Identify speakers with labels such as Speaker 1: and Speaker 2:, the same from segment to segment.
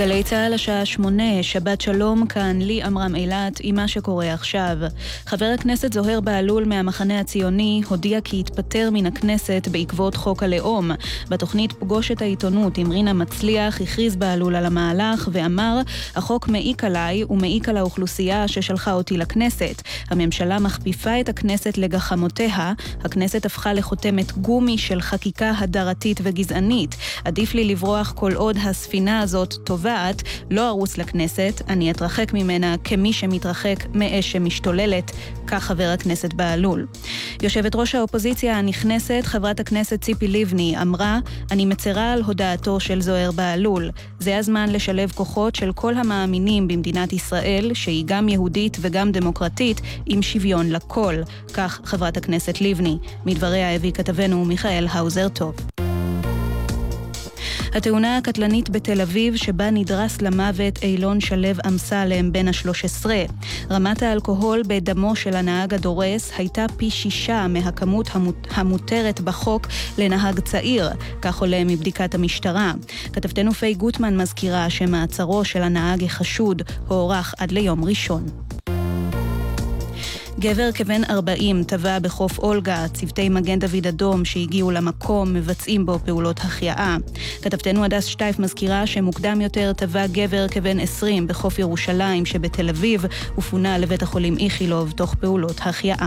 Speaker 1: גלי צהל השעה 8, שבת שלום, כאן לי אמרם אילת עם מה שקורה עכשיו. חבר הכנסת זוהר בהלול מהמחנה הציוני הודיע כי יתפטר מן הכנסת בעקבות חוק הלאום. בתוכנית פגוש את העיתונות עם רינה מצליח הכריז בהלול על המהלך ואמר, החוק מעיק עליי ומעיק על האוכלוסייה ששלחה אותי לכנסת. הממשלה מכפיפה את הכנסת לגחמותיה, הכנסת הפכה לחותמת גומי של חקיקה הדרתית וגזענית. עדיף לי לברוח כל עוד הספינה הזאת טובעת, לא ארוץ לכנסת, אני אתרחק ממנה כמי שמתרחק מאש שמשתוללת, כך חבר הכנסת בהלול. יושבת ראש האופוזיציה הנכנסת, חברת הכנסת ציפי לבני, אמרה, אני מצרה על הודעתו של זוהר בהלול. זה הזמן לשלב כוחות של כל המאמינים במדינת ישראל, שהיא גם יהודית וגם דמוקרטית, עם שוויון לכל, כך חברת הכנסת לבני. מדבריה הביא כתבנו מיכאל האוזר טוב. התאונה הקטלנית בתל אביב שבה נדרס למוות אילון שלב אמסלם בן ה-13. רמת האלכוהול בדמו של הנהג הדורס הייתה פי 6 מהכמות המותרת בחוק לנהג צעיר, כך עולה מבדיקת המשטרה. כתבתנו פי גוטמן מזכירה שמעצרו של הנהג החשוד הוארך עד ליום ראשון. גבר כבן 40 טבע בחוף אולגה, צוותי מגן דוד אדום שהגיעו למקום מבצעים בו פעולות החייאה. כתבתנו הדס שטייף מזכירה שמוקדם יותר טבע גבר כבן 20 בחוף ירושלים שבתל אביב ופונה לבית החולים איכילוב תוך פעולות החייאה.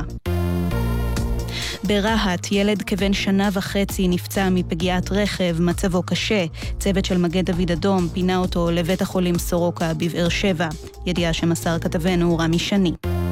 Speaker 1: ברהט, ילד כבן 1.5 שנה נפצע מפגיעת רכב, מצבו קשה. צוות של מגן דוד אדום פינה אותו לבית החולים סורוקה בבאר שבע. ידיעה שמסר כתבנו רמי שני.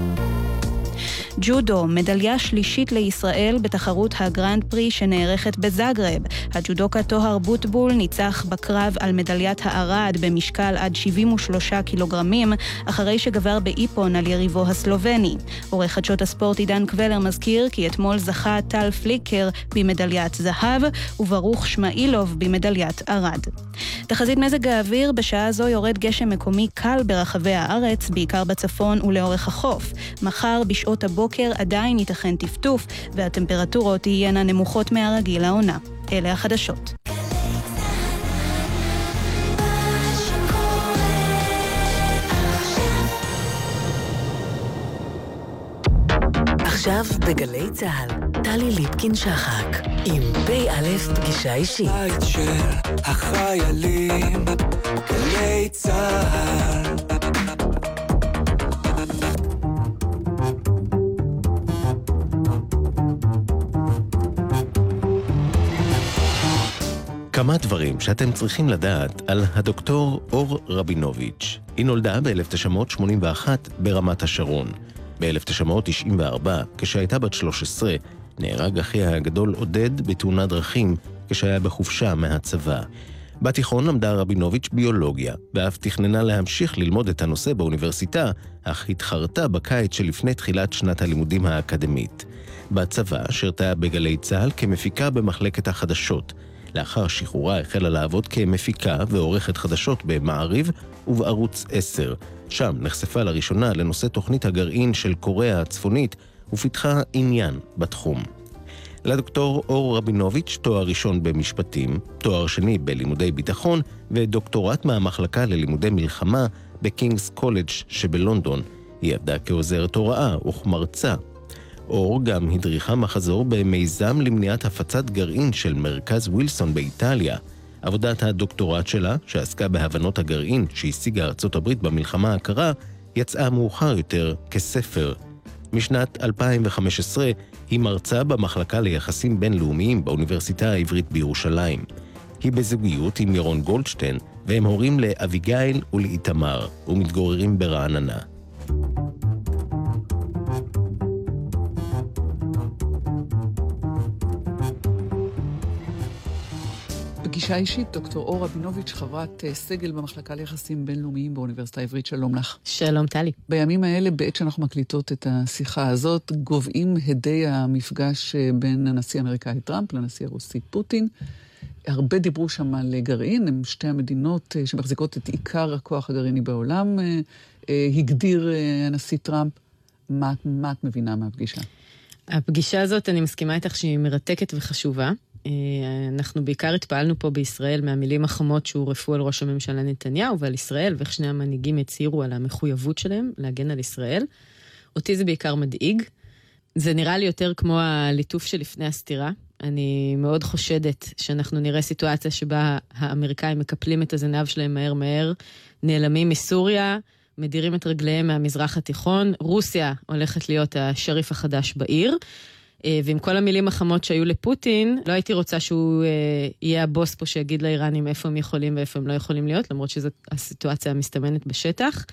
Speaker 1: ג'ודו, מדליה שלישית לישראל בתחרות הגרנד פרי שנערכת בזאגרב. הג'ודוקה טוהר בוטבול ניצח בקרב על מדליית הערד במשקל עד 73 קילוגרמים, אחרי שגבר באיפון על יריבו הסלובני. עורך חדשות הספורט עידן קבלר מזכיר כי אתמול זכה טל פליקר במדליית זהב וברוך שמאילוב במדליית ערד. תחזית מזג האוויר, בשעה זו יורד גשם מקומי קל ברחבי הארץ, בעיקר בצפון ולאורך החוף. מחר בשעות הבוקר עדיין ייתכן טפטוף, והטמפרטורות תהיינה נמוכות מהרגיל לעונה. אלה החדשות.
Speaker 2: עכשיו בגלי צהל, טלי ליפקין שחק, עם פ"א פגישה אישית. בית של החיילים, גלי צהל.
Speaker 3: כמה דברים שאתם צריכים לדעת על הדוקטור אור רבינוביץ'. היא נולדה ב-1981 ברמת השרון. ב-1994, כשהייתה בת 13, נהרג אחיה הגדול עודד בתאונת דרכים כשהיה בחופשה מהצבא. בתיכון למדה רבינוביץ' ביולוגיה, ואף תכננה להמשיך ללמוד את הנושא באוניברסיטה, אך התחרתה בקיץ שלפני תחילת שנת הלימודים האקדמית. בצבא שירתה בגלי צהל כמפיקה במחלקת החדשות. לאחר שחרורה החלה לעבוד כמפיקה ועורכת חדשות במעריב ובערוץ 10. שם נחשפה לראשונה לנושא תוכנית הגרעין של קוריאה הצפונית ופיתחה עניין בתחום. לדוקטור אור רבינוביץ' תואר ראשון במשפטים, תואר שני בלימודי ביטחון ודוקטורט מהמחלקה ללימודי מלחמה בקינגס קולג' שבלונדון. היא עבדה כעוזרת הוראה וכמרצה. אור גם הדריכה מחזור במיזם למניעת הפצת גרעין של מרכז ווילסון באיטליה. עבודת הדוקטורט שלה, שעסקה בהבנות הגרעין שהשיגה ארצות הברית במלחמה הקרה, יצאה מאוחר יותר כספר. משנת 2015 היא מרצה במחלקה ליחסים בינלאומיים באוניברסיטה העברית בירושלים. היא בזוגיות עם ירון גולדשטיין, והם הורים לאביגיל ולאיתמר, ומתגוררים ברעננה.
Speaker 4: פגישה אישית, דוקטור אור רבינוביץ', חברת סגל במחלקה ליחסים בינלאומיים באוניברסיטה העברית. שלום לך.
Speaker 5: שלום טלי.
Speaker 4: בימים האלה, בעת שאנחנו מקליטות את השיחה הזאת, גובעים הדי המפגש בין הנשיא האמריקאי טראמפ לנשיא הרוסי פוטין. הרבה דיברו שם על גרעין, הם שתי המדינות שמחזיקות את עיקר הכוח הגרעיני בעולם. הגדיר הנשיא טראמפ. מה את מבינה מהפגישה?
Speaker 5: הפגישה הזאת, אני מסכימה איתך שהיא מרתקת וחשובה. אנחנו בעיקר התפעלנו פה בישראל מהמילים החמות שהורפו על ראש הממשלה נתניהו ועל ישראל, ואיך שני המנהיגים הצהירו על המחויבות שלהם להגן על ישראל. אותי זה בעיקר מדאיג. זה נראה לי יותר כמו הליטוף שלפני הסתירה. אני מאוד חושדת שאנחנו נראה סיטואציה שבה האמריקאים מקפלים את הזנב שלהם מהר, נעלמים מסוריה, מדירים את רגליהם מהמזרח התיכון, רוסיה הולכת להיות השריף החדש בעיר, ועם כל המילים החמות שהיו לפוטין, לא הייתי רוצה שהוא יהיה הבוס פה שיגיד לאיראנים איפה הם יכולים ואיפה הם לא יכולים להיות, למרות שזו הסיטואציה המסתמנת בשטח.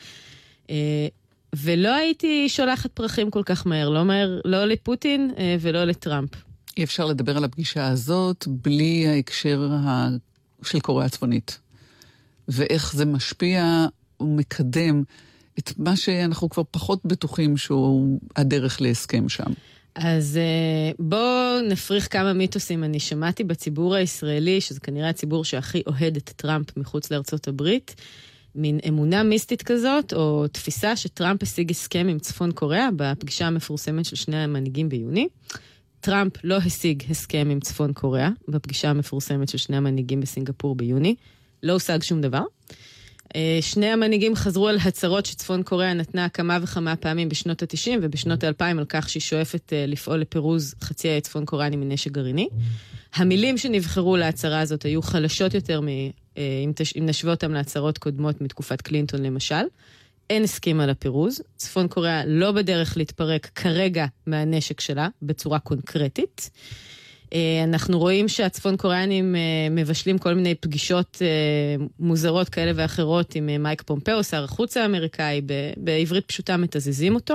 Speaker 5: ולא הייתי שולחת פרחים כל כך מהר, לא לפוטין ולא לטראמפ.
Speaker 4: אי אפשר לדבר על הפגישה הזאת בלי ההקשר של קוריאה הצפונית. ואיך זה משפיע ומקדם את מה שאנחנו כבר פחות בטוחים שהוא הדרך להסכם שם.
Speaker 5: אז בואו נפריך כמה מיתוסים. אני שמעתי בציבור הישראלי, שזה כנראה הציבור שהכי אוהד את טראמפ מחוץ לארצות הברית, מין אמונה מיסטית כזאת, או תפיסה שטראמפ השיג הסכם עם צפון קוריאה בפגישה המפורסמת של שני המנהיגים ביוני. טראמפ לא השיג הסכם עם צפון קוריאה בפגישה המפורסמת של שני המנהיגים בסינגפור ביוני. לא הושג שום דבר. שני המנהיגים חזרו על הצהרות שצפון קוריאה נתנה כמה וכמה פעמים בשנות ה-90 ובשנות ה-2000 על כך שהיא שואפת לפעול לפירוז חצי האי צפון קוריאני מנשק גרעיני. המילים שנבחרו להצהרה הזאת היו חלשות יותר אם נשווה אותם להצהרות קודמות מתקופת קלינטון למשל. אין הסכים על הפירוז. צפון קוריאה לא בדרך להתפרק כרגע מהנשק שלה בצורה קונקרטית. אנחנו רואים שהצפון קוריאנים מבשלים כל מיני פגישות מוזרות כאלה ואחרות עם מייק פומפאו, שר החוץ האמריקאי, בעברית פשוטה מתזזים אותו.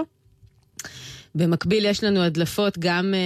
Speaker 5: במקביל יש לנו הדלפות גם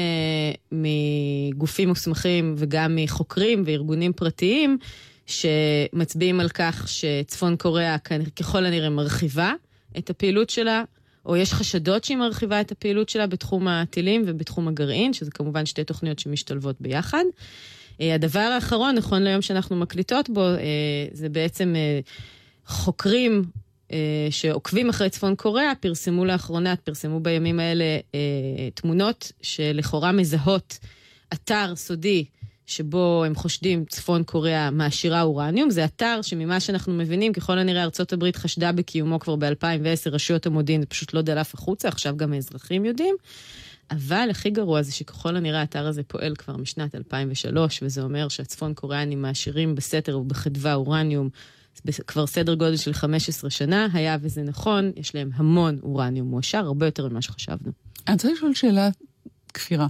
Speaker 5: מגופים מוסמכים וגם מחוקרים וארגונים פרטיים, שמצביעים על כך שצפון קוריאה ככל הנראה מרחיבה את הפעילות שלה, או יש חשדות שהיא מרחיבה את הפעילות שלה בתחום הטילים ובתחום הגרעין, שזה כמובן שתי תוכניות שמשתלבות ביחד. הדבר האחרון, נכון ליום שאנחנו מקליטות בו, זה בעצם חוקרים שעוקבים אחרי צפון קוריאה, פרסמו בימים האלה תמונות שלכאורה מזהות אתר סודי, שבו הם חושדים צפון קוריאה מעשירה אורניום. זה אתר שממה שאנחנו מבינים, ככל הנראה ארצות הברית חשדה בקיומו כבר ב-2010, רשויות המודיעין, זה פשוט לא דלף החוצה, עכשיו גם האזרחים יודעים. אבל הכי גרוע זה שככל הנראה האתר הזה פועל כבר משנת 2003, וזה אומר שהצפון קוריאנים מעשירים בסתר ובחדווה אורניום, כבר סדר גודל של 15 שנה, היה וזה נכון, יש להם המון אורניום מועשר, הרבה יותר ממה שחשבנו.
Speaker 4: אני רוצה לשאול שאלה כפירה.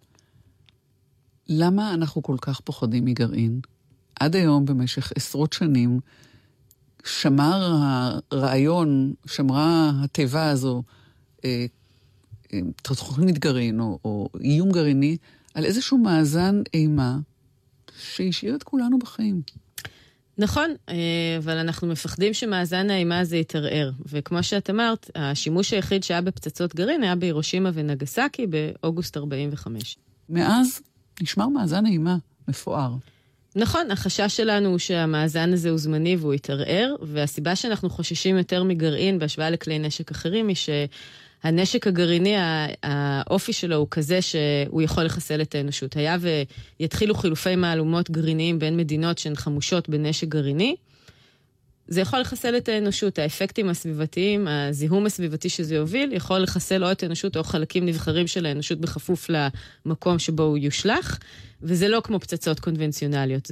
Speaker 4: למה אנחנו כל כך פוחדים מגרעין? עד היום, במשך עשרות שנים, שמרה הטבע הזו, תוכנית גרעין או איום גרעיני, על איזשהו מאזן אימה שהשאיר את כולנו בחיים.
Speaker 5: נכון, אבל אנחנו מפחדים שמאזן האימה הזה יתערער. וכמו שאת אמרת, השימוש היחיד שהיה בפצצות גרעין היה בהירושימה ונגסקי באוגוסט 45.
Speaker 4: מאז נשמר מאזן האימה מפואר.
Speaker 5: נכון, החשש שלנו הוא שהמאזן הזה הוא זמני והוא יתערער, והסיבה שאנחנו חוששים יותר מגרעין בהשוואה לכלי נשק אחרים היא שהנשק הגרעיני, האופי שלו הוא כזה שהוא יכול לחסל את האנושות. היה ויתחילו חילופי מהלומות גרעיניים בין מדינות שהן חמושות בנשק גרעיני, זה יכול לחסל את האנושות. האפקטים הסביבתיים, הזיהום הסביבתי שזה יוביל, יכול לחסל או את האנושות או חלקים נבחרים של האנושות בכפוף למקום שבו הוא יושלח, וזה לא כמו פצצות קונבנציונליות.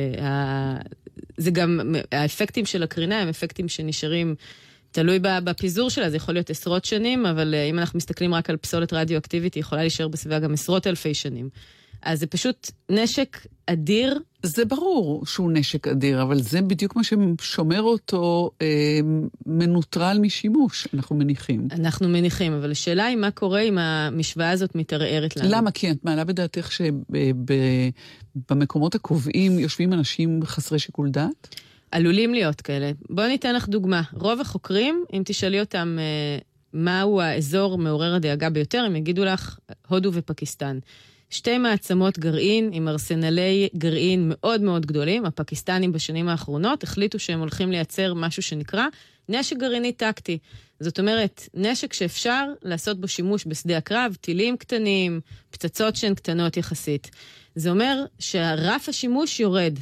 Speaker 5: זה גם, האפקטים של הקרינה הם אפקטים שנשארים, תלוי בפיזור שלה, זה יכול להיות עשרות שנים, אבל אם אנחנו מסתכלים רק על פסולת רדיואקטיבית, היא יכולה להישאר בסביבה גם עשרות אלפי שנים. אז זה פשוט נשק אדיר.
Speaker 4: זה ברור שהוא נשק אדיר, אבל זה בדיוק מה ששומר אותו מנוטרל משימוש, אנחנו מניחים.
Speaker 5: אנחנו מניחים, אבל השאלה היא מה קורה אם המשוואה הזאת מתערערת לנו.
Speaker 4: למה? כי את מעלה בדעתך שבמקומות הקובעים יושבים אנשים חסרי שיקול דעת?
Speaker 5: עלולים להיות כאלה. בואו ניתן לך דוגמה. רוב החוקרים, אם תשאלי אותם מהו האזור מעורר הדאגה ביותר, הם יגידו לך הודו ופקיסטן. שתי מעצמות גרעין עם ארסנלי גרעין מאוד מאוד גדולים. הפקיסטנים בשנים האחרונות החליטו שהם הולכים לייצר משהו שנקרא נשק גרעיני טקטי. זאת אומרת, נשק שאפשר לעשות בו שימוש בשדה הקרב, טילים קטנים, פצצות שהן קטנות יחסית. זה אומר שהרף השימוש יורד.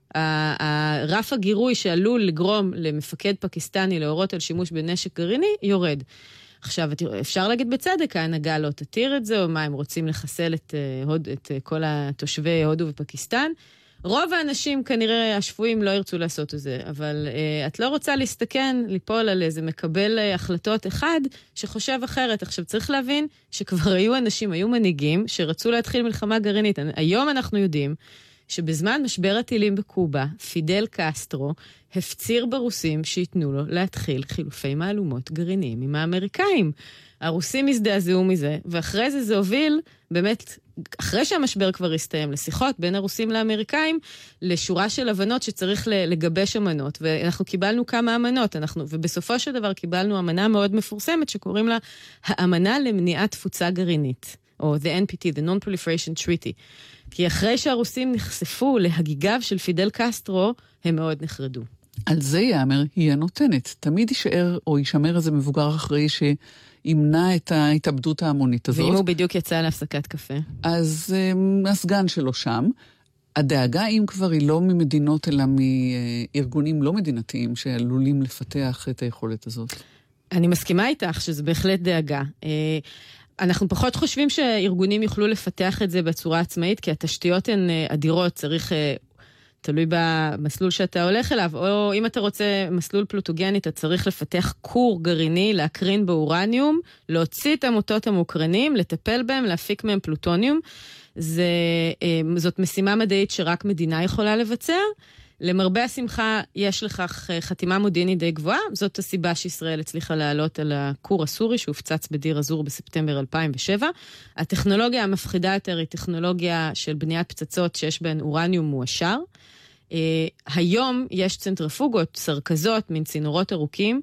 Speaker 5: הרף הגירוי שעלול לגרום למפקד פקיסטני להורות על שימוש בנשק גרעיני יורד. עכשיו, אפשר להגיד בצדק, ההנהגה לא תתיר את זה, או מה, הם רוצים לחסל את כל התושבי הודו ופקיסטן. רוב האנשים כנראה השפויים לא ירצו לעשות את זה, אבל את לא רוצה להסתכן, ליפול על איזה מקבל החלטות אחד שחושב אחרת. עכשיו צריך להבין שכבר היו מנהיגים שרצו להתחיל מלחמה גרעינית. היום אנחנו יודעים שבזמן משבר הטילים בקובה, פידל קסטרו הפציר ברוסים שיתנו לו להתחיל חילופי מהלומות גרעיניים עם האמריקאים. הרוסים הזדעזעו מזה, ואחרי זה הוביל, באמת, אחרי שהמשבר כבר הסתיים, לשיחות בין הרוסים לאמריקאים, לשורה של הבנות שצריך לגבש אמנות, ואנחנו קיבלנו כמה אמנות, ובסופו של דבר קיבלנו אמנה מאוד מפורסמת, שקוראים לה האמנה למניעת תפוצה גרעינית, או the NPT, the Non-Proliferation Treaty. כי אחרי שהרוסים נחשפו להגיגיו של פידל קסטרו, הם מאוד נחרדו.
Speaker 4: על זה יאמר, היא הנותנת. תמיד יישאר או יישמר איזה מבוגר אחרי שימנע את ההתאבדות ההמונית הזאת.
Speaker 5: ואם הוא בדיוק יצא להפסקת קפה.
Speaker 4: אז הסגן שלו שם. הדאגה, אם כבר היא לא ממדינות, אלא מארגונים לא מדינתיים שעלולים לפתח את היכולת הזאת.
Speaker 5: אני מסכימה איתך שזה בהחלט דאגה. אנחנו פחות חושבים שארגונים יוכלו לפתח את זה בצורה עצמאית, כי התשתיות הן אדירות, צריך, תלוי במסלול שאתה הולך אליו, או אם אתה רוצה מסלול פלוטוגני, אתה צריך לפתח קור גרעיני, להקרין באורניום, להוציא את המוטות המוקרנים, לטפל בהם, להפיק מהם פלוטוניום. זאת משימה מדעית שרק מדינה יכולה לבצע. למרבה השמחה יש לכך חתימה מודיעינית די גבוהה, זאת הסיבה שישראל הצליחה לעלות על הכור הסורי שהופצץ בדיר אזור בספטמבר 2007. הטכנולוגיה המפחידה יותר היא טכנולוגיה של בניית פצצות שיש בהן אורניום מועשר. היום יש צנטריפוגות, סרקזות, מין צינורות ארוכים,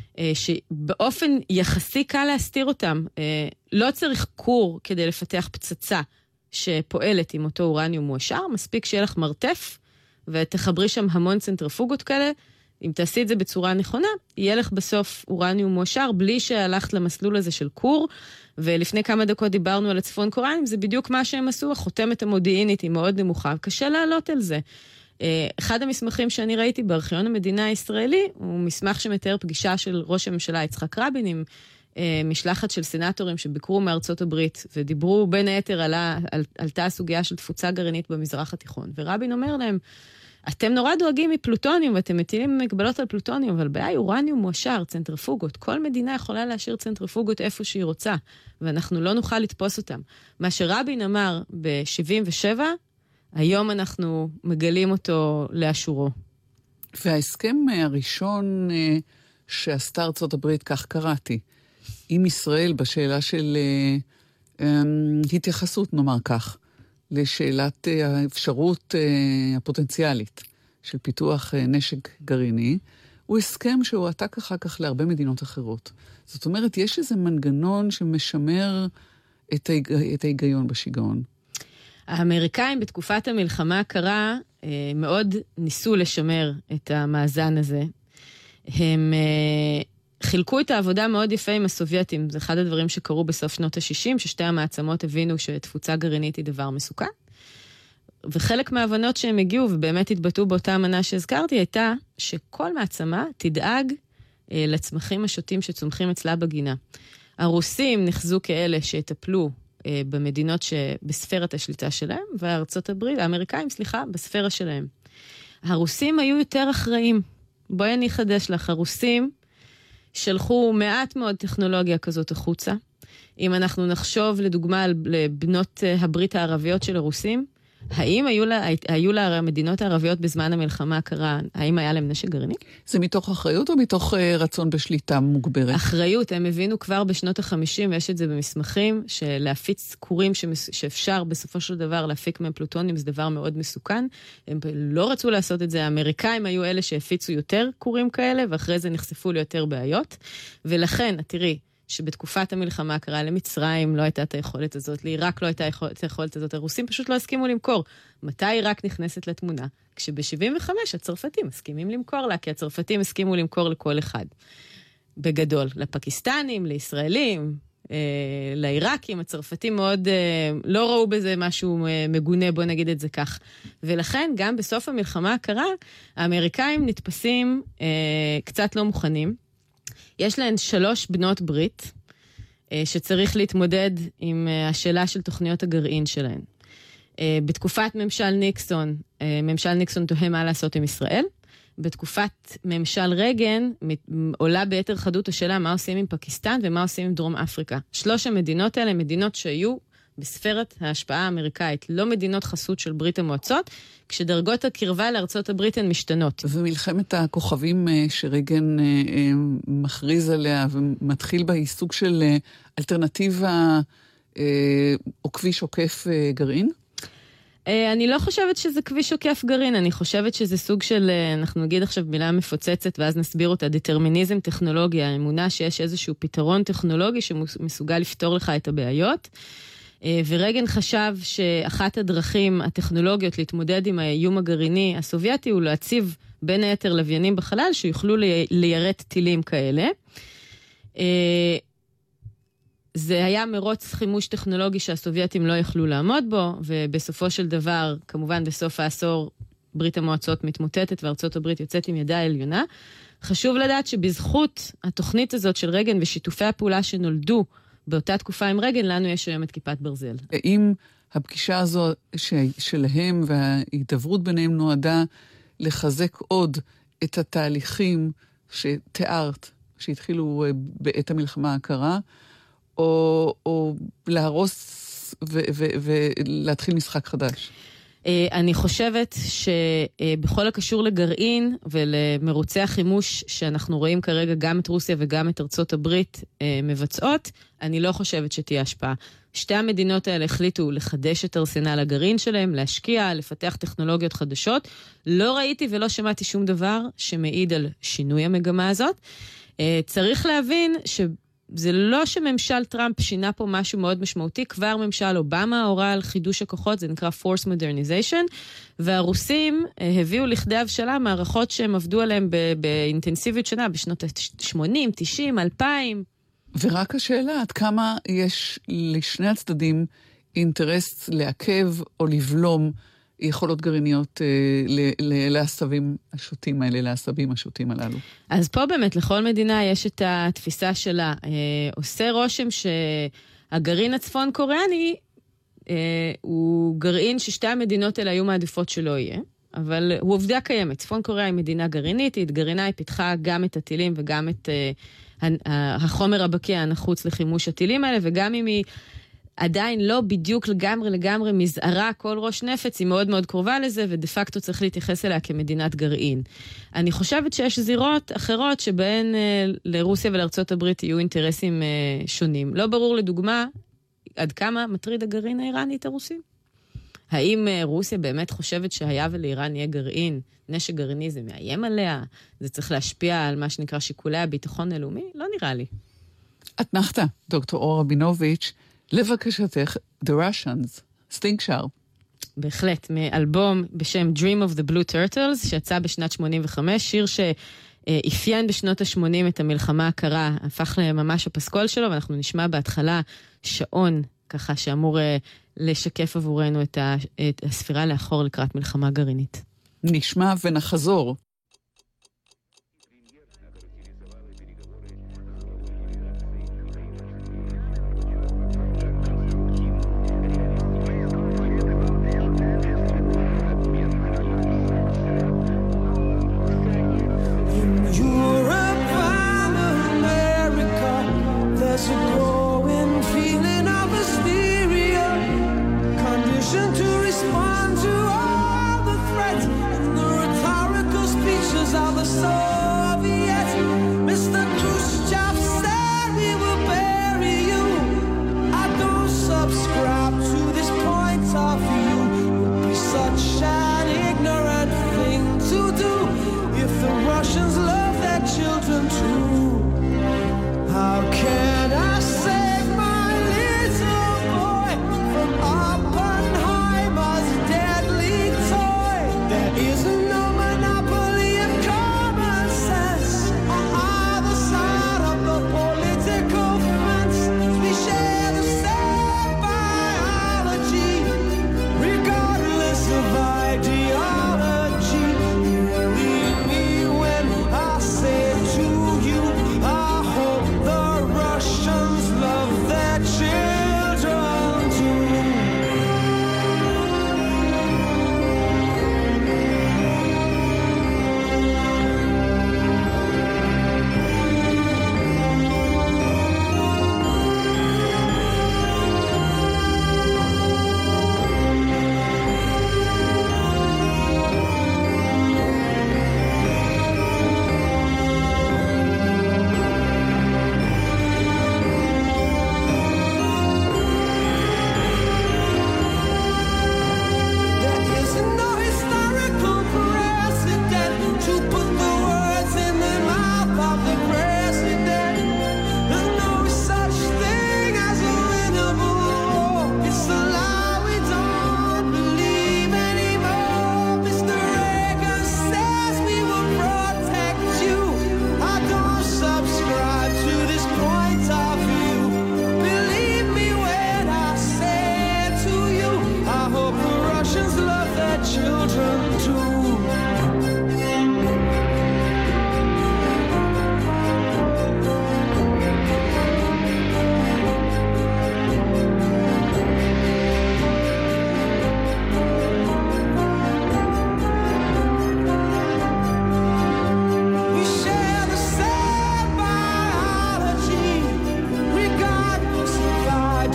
Speaker 5: שבאופן יחסי קל להסתיר אותם. לא צריך כור כדי לפתח פצצה שפועלת עם אותו אורניום מועשר, מספיק שיהיה לך מרתף, ותחברי שם המון צנטריפוגות כאלה. אם תעשי את זה בצורה נכונה, יהיה לך בסוף אורניום מועשר, בלי שהלכת למסלול הזה של קור, ולפני כמה דקות דיברנו על הצפון קוריאנים, זה בדיוק מה שהם עשו, החותמת המודיעינית היא מאוד נמוכה, קשה לעלות על זה. אחד המסמכים שאני ראיתי בארכיון המדינה הישראלי, הוא מסמך שמתאר פגישה של ראש הממשלה יצחק רבין עם משלחת של סנטורים שביקרו מארצות הברית, ודיברו בין היתר עלתה הסוגיה של תפוצה גרעינית במזרח התיכון. ורבין אומר להם, אתם נורא דואגים מפלוטוניום, ואתם מטילים מגבלות על פלוטוניום, אבל בעיה אורניום מועשר, צנטריפוגות. כל מדינה יכולה להשאיר צנטריפוגות איפה שהיא רוצה, ואנחנו לא נוכל לתפוס אותם. מה שרבין אמר ב-77, היום אנחנו מגלים אותו לאשורו.
Speaker 4: וההסכם הראשון שעשתה ארצות הברית, כך קראתי, עם ישראל בשאלה של התייחסות, נאמר כך, לשאלת האפשרות הפוטנציאלית של פיתוח נשק גרעיני, הוא הסכם שהוא עתק אחר כך להרבה מדינות אחרות. זאת אומרת, יש איזה מנגנון שמשמר את ההיגיון בשיגעון.
Speaker 5: האמריקאים בתקופת המלחמה הקרה מאוד ניסו לשמר את המאזן הזה. הם חילקו את העבודה מאוד יפה עם הסובייטים. זה אחד הדברים שקרו בסוף שנות ה-60, ששתי המעצמות הבינו שתפוצה גרעינית היא דבר מסוכן. וחלק מההבנות שהם הגיעו ובאמת התבטאו באותה אמנה שהזכרתי, הייתה שכל מעצמה תדאג לצמחים השוטים שצומחים אצלה בגינה. הרוסים נחזו כאלה שהטפלו במדינות שבספירת השליטה שלהם, האמריקאים, בספירה שלהם. הרוסים היו יותר אחראים. בואי אני אחדש לך, הרוסים שלחו מעט מאוד טכנולוגיה כזאת החוצה. אם אנחנו נחשוב לדוגמה על בנות הברית הערביות של הרוסים, האם היו לה המדינות הערביות בזמן המלחמה הקרה, האם היה להם נשק גרעיני?
Speaker 4: זה מתוך אחריות או מתוך רצון בשליטה מוגברת?
Speaker 5: אחריות, הם הבינו כבר בשנות ה-50, ויש את זה במסמכים, שלהפיץ כורים שאפשר בסופו של דבר להפיק מהם פלוטונים, זה דבר מאוד מסוכן. הם לא רצו לעשות את זה, האמריקאים היו אלה שהפיצו יותר כורים כאלה, ואחרי זה נחשפו ליותר בעיות. ולכן, תראי, שבתקופת המלחמה קרה למצרים, לא הייתה את היכולת הזאת, לעיראק לא הייתה את היכולת הזאת, הרוסים פשוט לא הסכימו למכור. מתי עיראק נכנסת לתמונה? כשב-75 הצרפתים מסכימים למכור לה, כי הצרפתים הסכימו למכור לכל אחד. בגדול, לפקיסטנים, לישראלים, לעיראקים, הצרפתים מאוד לא ראו בזה משהו מגונה, בוא נגיד את זה כך. ולכן גם בסוף המלחמה הקרה, האמריקאים נתפסים קצת לא מוכנים. יש להן 3 בנות ברית, שצריך להתמודד עם השאלה של תוכניות הגרעין שלהן. בתקופת ממשל ניקסון תוהה מה לעשות עם ישראל. בתקופת ממשל רייגן עולה ביתר חדות השאלה מה עושים עם פקיסטן ומה עושים עם דרום אפריקה. 3 המדינות האלה, מדינות שהיו בספרת ההשפעה האמריקאית, לא מדינות חסות של ברית המועצות, כשדרגות הקרבה לארצות הברית הן משתנות.
Speaker 4: ומלחמת הכוכבים שרייגן מכריז עליה ומתחיל בה היא סוג של אלטרנטיבה או כביש עוקף גרעין?
Speaker 5: אני לא חושבת שזה כביש עוקף גרעין, אני חושבת שזה סוג של, אנחנו נגיד עכשיו מילה מפוצצת ואז נסביר אותה, דטרמיניזם טכנולוגי, האמונה שיש איזשהו פתרון טכנולוגי שמסוגל לפתור לך את הבעיות. ורייגן חשב שאחת הדרכים הטכנולוגיות להתמודד עם האיום הגרעיני הסובייטי הוא להציב בין היתר לוויינים בחלל שיוכלו ליירט טילים כאלה. זה היה מרוץ חימוש טכנולוגי שהסובייטים לא יכלו לעמוד בו, ובסופו של דבר, כמובן בסוף העשור, ברית המועצות מתמוטטת וארצות הברית יוצאת עם ידה העליונה. חשוב לדעת שבזכות התוכנית הזאת של רייגן ושיתופי הפעולה שנולדו באותה תקופה עם רייגן, לנו יש היום את כיפת ברזל.
Speaker 4: אם הפגישה הזו שלהם וההתעברות ביניהם נועדה לחזק עוד את התהליכים שתיארת, שהתחילו בעת המלחמה הקרה, או להרוס ולהתחיל משחק חדש?
Speaker 5: אני חושבת שבכל הקשור לגרעין ולמרוצי החימוש שאנחנו רואים כרגע גם את רוסיה וגם את ארצות הברית מבצעות, אני לא חושבת שתהיה השפעה. 2 המדינות האלה החליטו לחדש את ארסנל הגרעין שלהם, להשקיע, לפתח טכנולוגיות חדשות. לא ראיתי ולא שמעתי שום דבר שמעיד על שינוי המגמה הזאת. צריך להבין זה לא שממשל טראמפ שינה פה משהו מאוד משמעותי, כבר ממשל אובמה הורה על חידוש הכוחות, זה נקרא Force Modernization, והרוסים הביאו לכדי הבשלה מערכות שהם עבדו עליהם באינטנסיביות שנה, בשנות ה-80, 90, 2000.
Speaker 4: ורק השאלה, עד כמה יש לשני הצדדים אינטרס לעכב או לבלום יכולות גרעיניות לעשבים השוטים האלה, לעשבים השוטים הללו.
Speaker 5: אז פה באמת לכל מדינה יש את התפיסה שלה. עושה רושם שהגרעין הצפון קוריאני הוא גרעין ששתי המדינות האלה היו מעדיפות שלא יהיה, אבל הוא עובדה קיימת. צפון קוריאה היא מדינה גרעינית, היא התגרעינה, היא פיתחה גם את הטילים וגם את החומר הבקיע הנחוץ לחימוש הטילים האלה, וגם אם היא עדיין לא בדיוק לגמרי מזערה כל ראש נפץ, היא מאוד מאוד קרובה לזה, ודה פקטו צריך להתייחס אליה כמדינת גרעין. אני חושבת שיש זירות אחרות שבהן לרוסיה ולארצות הברית יהיו אינטרסים שונים. לא ברור לדוגמה עד כמה מטריד הגרעין האיראני את הרוסים. האם רוסיה באמת חושבת שהיה ולאיראן יהיה גרעין, נשק גרעיני זה מאיים עליה, זה צריך להשפיע על מה שנקרא שיקולי הביטחון הלאומי? לא נראה לי.
Speaker 4: אתנחתא, דוקטור אור רבינוביץ', לבקשתך, The Russians, סטינג שר.
Speaker 5: בהחלט, מאלבום בשם Dream of the Blue Turtles, שיצא בשנת 85, שיר שאפיין בשנות ה-80 את המלחמה הקרה, הפך לממש הפסקול שלו, ואנחנו נשמע בהתחלה שעון, ככה שאמור לשקף עבורנו את הספירה לאחור לקראת מלחמה גרעינית.
Speaker 4: נשמע ונחזור.
Speaker 6: Russians love their children too. How can I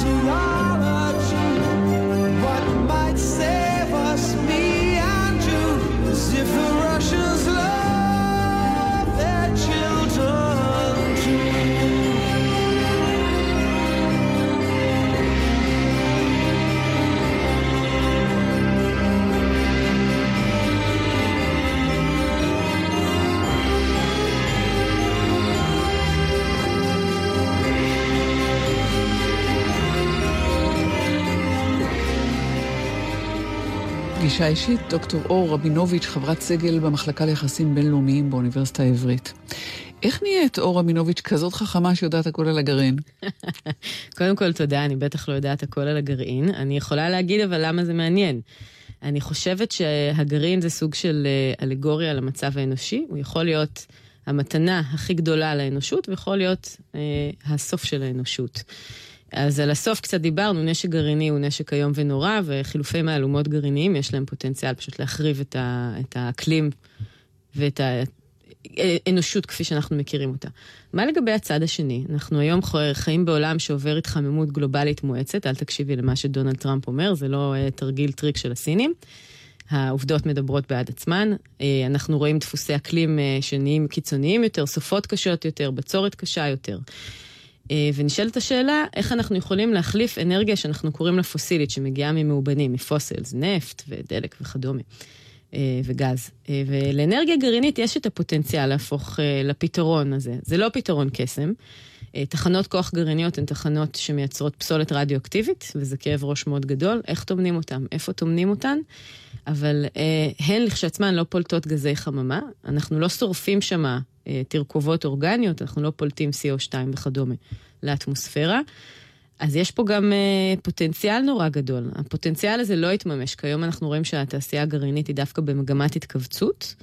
Speaker 6: ideology. What might save us, me and you, is if the Russians love their children too.
Speaker 4: פגישה אישית, דוקטור אור רבינוביץ', חברת סגל במחלקה ליחסים בינלאומיים באוניברסיטה העברית. איך נהיית אור רבינוביץ' כזאת חכמה שיודעת הכל על הגרעין?
Speaker 5: קודם כל תודה, אני בטח לא יודעת הכל על הגרעין. אני יכולה להגיד אבל למה זה מעניין. אני חושבת שהגרעין זה סוג של אלגוריה למצב האנושי. הוא יכול להיות המתנה הכי גדולה לאנושות, ויכול להיות הסוף של האנושות. אז על הסוף קצת דיברנו, נשק גרעיני הוא נשק איום ונורא, וחילופי מהלומות גרעיניים יש להם פוטנציאל פשוט להחריב את האקלים ואת האנושות כפי שאנחנו מכירים אותה. מה לגבי הצד השני? אנחנו היום חיים בעולם שעובר התחממות גלובלית מואצת, אל תקשיבי למה שדונלד טראמפ אומר, זה לא תרגיל טריק של הסינים. העובדות מדברות בעד עצמן, אנחנו רואים דפוסי אקלים שנהיים קיצוניים יותר, סופות קשות יותר, בצורת קשה יותר. ונשאלת השאלה, איך אנחנו יכולים להחליף אנרגיה שאנחנו קוראים לה פוסילית, שמגיעה ממאובנים, מפוסילס, נפט ודלק וכדומה, וגז. ולאנרגיה גרעינית יש את הפוטנציאל להפוך לפתרון הזה. זה לא פתרון קסם. תחנות כוח גרעיניות הן תחנות שמייצרות פסולת רדיואקטיבית, וזה כאב ראש מאוד גדול. איך תומנים אותם? איפה תומנים אותן? אבל הן לכשעצמן לא פולטות גזי חממה. אנחנו לא שורפים שמה תרכובות אורגניות, אנחנו לא פולטים CO2 וכדומה לאטמוספירה. אז יש פה גם פוטנציאל נורא גדול. הפוטנציאל הזה לא יתממש. כיום אנחנו רואים שהתעשייה הגרעינית היא דווקא במגמת התכווצות.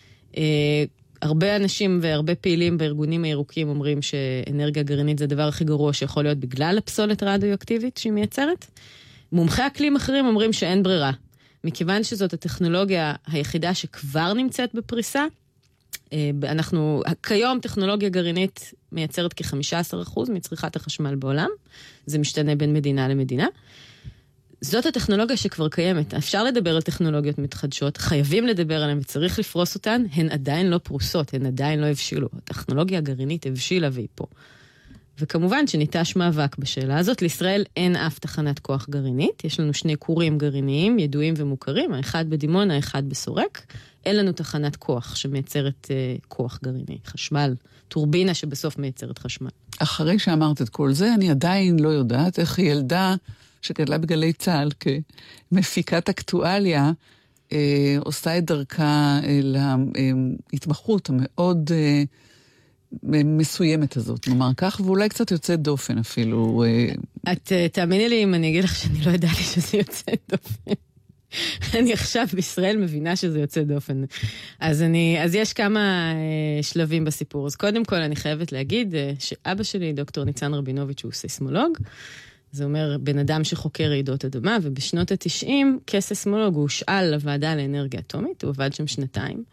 Speaker 5: הרבה אנשים והרבה פעילים בארגונים הירוקים אומרים שאנרגיה גרעינית זה הדבר הכי גרוע שיכול להיות בגלל הפסולת רדיואקטיבית שהיא מייצרת. מומחי אקלים אחרים אומרים שאין ברירה. מכיוון שזאת הטכנולוגיה היחידה שכבר נמצאת בפריסה, כיום טכנולוגיה גרעינית מייצרת כ-15% מצריכת החשמל בעולם. זה משתנה בין מדינה למדינה. זאת הטכנולוגיה שכבר קיימת. אפשר לדבר על טכנולוגיות מתחדשות, חייבים לדבר עליהן וצריך לפרוס אותן, הן עדיין לא פרוסות, הן עדיין לא הבשילו. הטכנולוגיה הגרעינית הבשילה והיא פה. וכמובן שניטש מאבק בשאלה הזאת. לישראל אין אף תחנת כוח גרעינית, יש לנו 2 כורים גרעיניים, ידועים ומוכרים, האחד בדימונה, האחד בסורק. אין לנו תחנת כוח שמייצרת כוח גרעיני, חשמל, טורבינה שבסוף מייצרת חשמל.
Speaker 4: אחרי שאמרת את כל זה, אני עדיין לא יודעת איך ילדה שגדלה בגלי צה"ל כמפיקת אקטואליה, עושה את דרכה להתמחות המאוד מסוימת הזאת, נאמר כך, ואולי קצת יוצא דופן אפילו.
Speaker 5: את תאמיני לי אם אני אגיד לך שאני לא ידעתי שזה יוצא דופן. אני עכשיו בישראל מבינה שזה יוצא דופן. אז יש כמה שלבים בסיפור. אז קודם כל אני חייבת להגיד שאבא שלי, דוקטור ניצן רבינוביץ', הוא סיסמולוג. זה אומר בן אדם שחוקר רעידות אדמה, ובשנות ה-90 כסיסמולוג הוא הושאל לוועדה לאנרגיה אטומית, הוא עבד שם 2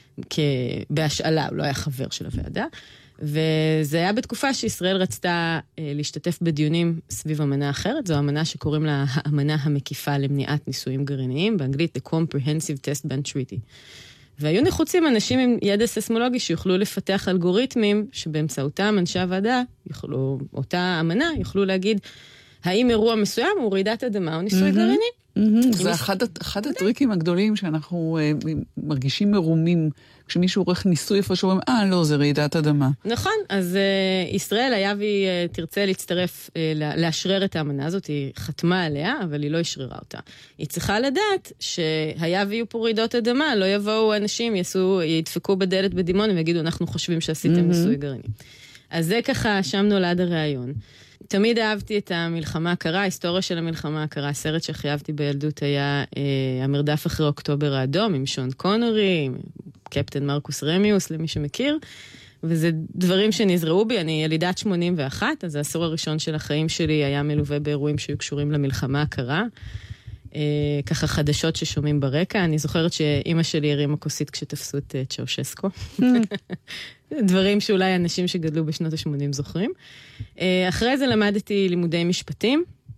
Speaker 5: בהשאלה, הוא לא היה חבר של הוועדה, וזה היה בתקופה שישראל רצתה להשתתף בדיונים סביב אמנה אחרת, זו אמנה שקוראים לה האמנה המקיפה למניעת ניסויים גרעיניים, באנגלית The Comprehensive Test Ban Treaty. והיו נחוצים אנשים עם ידע סיסמולוגי שיוכלו לפתח אלגוריתמים, שבאמצעותם אנשי הוועדה, אותה אמנה, יוכלו להגיד, האם אירוע מסוים הוא רעידת אדמה או ניסוי גרעיני?
Speaker 4: זה אחד הטריקים הגדולים שאנחנו מרגישים מרומים, כשמישהו עורך ניסוי איפה שאומרים, לא, זה רעידת אדמה.
Speaker 5: נכון, אז ישראל היה והיא תרצה להצטרף, לאשרר את האמנה הזאת, היא חתמה עליה, אבל היא לא השררה אותה. היא צריכה לדעת שהיה ויהיו פה רעידות אדמה, לא יבואו אנשים, ידפקו בדלת בדימונה ויגידו, אנחנו חושבים שעשיתם ניסוי גרעיני. אז זה ככה, שם נולד הרעיון. תמיד אהבתי את המלחמה הקרה, ההיסטוריה של המלחמה הקרה, הסרט שחייבתי בילדות היה המרדף אחרי אוקטובר האדום, עם שון קונורי, עם קפטן מרקוס רמיוס, למי שמכיר, וזה דברים שנזרעו בי, אני ילידת 81, אז העשור הראשון של החיים שלי היה מלווה באירועים שהיו קשורים למלחמה הקרה, ככה חדשות ששומעים ברקע, אני זוכרת שאמא שלי הרימה כוסית כשתפסו את צ'אושסקו. דברים שאולי אנשים שגדלו בשנות ה-80 זוכרים. אחרי זה למדתי לימודי משפטים,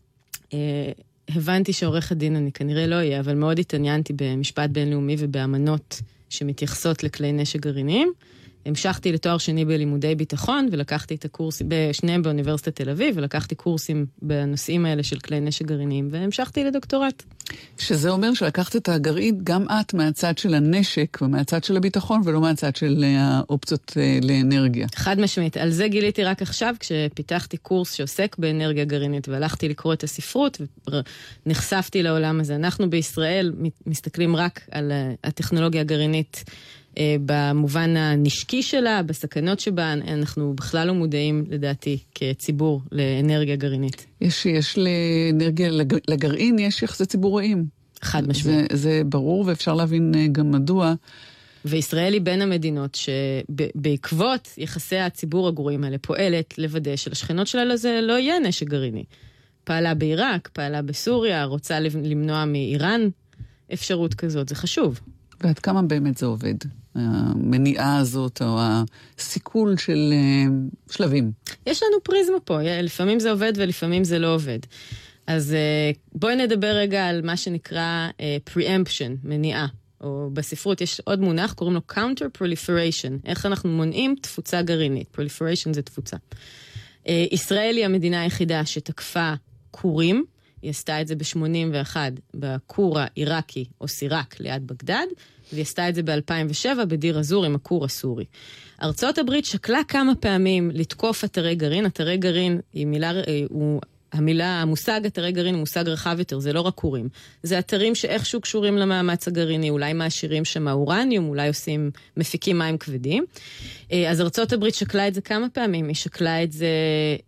Speaker 5: הבנתי שעורך הדין אני כנראה לא אהיה, אבל מאוד התעניינתי במשפט בינלאומי ובאמנות שמתייחסות לכלי נשק גרעיניים. המשכתי לתואר שני בלימודי ביטחון, ולקחתי את הקורס, שניהם באוניברסיטת תל אביב, ולקחתי קורסים בנושאים האלה של כלי נשק גרעיניים, והמשכתי לדוקטורט.
Speaker 4: שזה אומר שלקחת את הגרעין גם את מהצד של הנשק, ומהצד של הביטחון, ולא מהצד של האופציות לאנרגיה.
Speaker 5: חד משמעית. על זה גיליתי רק עכשיו, כשפיתחתי קורס שעוסק באנרגיה גרעינית, והלכתי לקרוא את הספרות, ונחשפתי לעולם הזה. אנחנו בישראל מסתכלים רק על הטכנולוגיה הגרעינית, במובן הנשקי שלה, בסכנות שבה, אנחנו בכלל לא מודעים, לדעתי, כציבור לאנרגיה גרעינית.
Speaker 4: יש לאנרגיה, לגרעין יש יחסי ציבוריים.
Speaker 5: חד משמעית.
Speaker 4: זה ברור, ואפשר להבין גם מדוע.
Speaker 5: וישראל היא בין המדינות שבעקבות יחסי הציבור הגרועים האלה פועלת לוודא שלשכנות שלה לזה לא יהיה נשק גרעיני. פעלה בעיראק, פעלה בסוריה, רוצה למנוע מאיראן אפשרות כזאת, זה חשוב.
Speaker 4: ועד כמה באמת זה עובד? המניעה הזאת, או הסיכול של שלבים.
Speaker 5: יש לנו פריזמה פה, לפעמים זה עובד ולפעמים זה לא עובד. אז בואי נדבר רגע על מה שנקרא preemption, מניעה. או בספרות יש עוד מונח, קוראים לו counter proliferation. איך אנחנו מונעים תפוצה גרעינית. proliferation זה תפוצה. ישראל היא המדינה היחידה שתקפה כורים, היא עשתה את זה ב-81 בכור העיראקי או סיראק ליד בגדד, והיא עשתה את זה ב-2007 בדיר אזור עם הכור הסורי. ארצות הברית שקלה כמה פעמים לתקוף אתרי גרעין. אתרי גרעין היא המושג אתרי גרעין הוא מושג רחב יותר, זה לא רק כורים. זה אתרים שאיכשהו קשורים למאמץ הגרעיני, אולי מעשירים שם האורניום, אולי מפיקים מים כבדים. אז ארצות הברית שקלה את זה כמה פעמים, היא שקלה את זה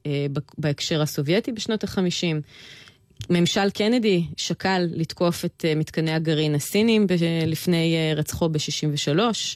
Speaker 5: בהקשר הסובייטי בשנות ה-50. ממשל קנדי שקל לתקוף את מתקני הגרעין הסינים לפני רצחו ב-63.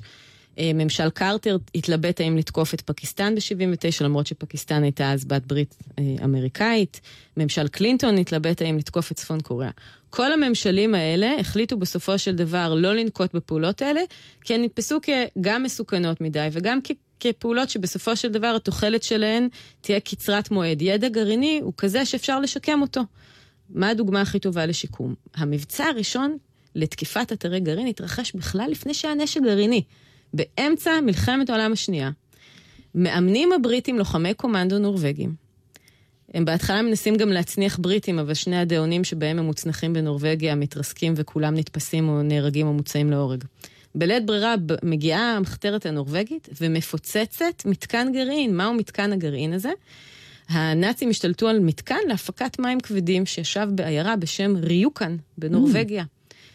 Speaker 5: ממשל קרטר התלבט האם לתקוף את פקיסטן ב-79, למרות שפקיסטן הייתה אז בת ברית אמריקאית. ממשל קלינטון התלבט האם לתקוף את צפון קוריאה. כל הממשלים האלה החליטו בסופו של דבר לא לנקוט בפעולות האלה, כי הן נתפסו כגם מסוכנות מדי, וגם כפעולות שבסופו של דבר התוחלת שלהן תהיה קצרת מועד. ידע גרעיני הוא כזה שאפשר לשקם אותו. מה הדוגמה הכי טובה לשיקום? המבצע הראשון לתקיפת אתרי גרעין התרחש בכלל לפני שהיה נשק גרעיני. באמצע מלחמת העולם השנייה, מאמנים הבריטים לוחמי קומנדו נורווגים. הם בהתחלה מנסים גם להצניח בריטים, אבל שני הדאונים שבהם הם מוצנחים בנורווגיה מתרסקים וכולם נתפסים או נהרגים או מוצאים להורג. בלית ברירה מגיעה המחתרת הנורווגית ומפוצצת מתקן גרעין. מהו מתקן הגרעין הזה? הנאצים השתלטו על מתקן להפקת מים כבדים שישב בעיירה בשם ריוקן בנורווגיה.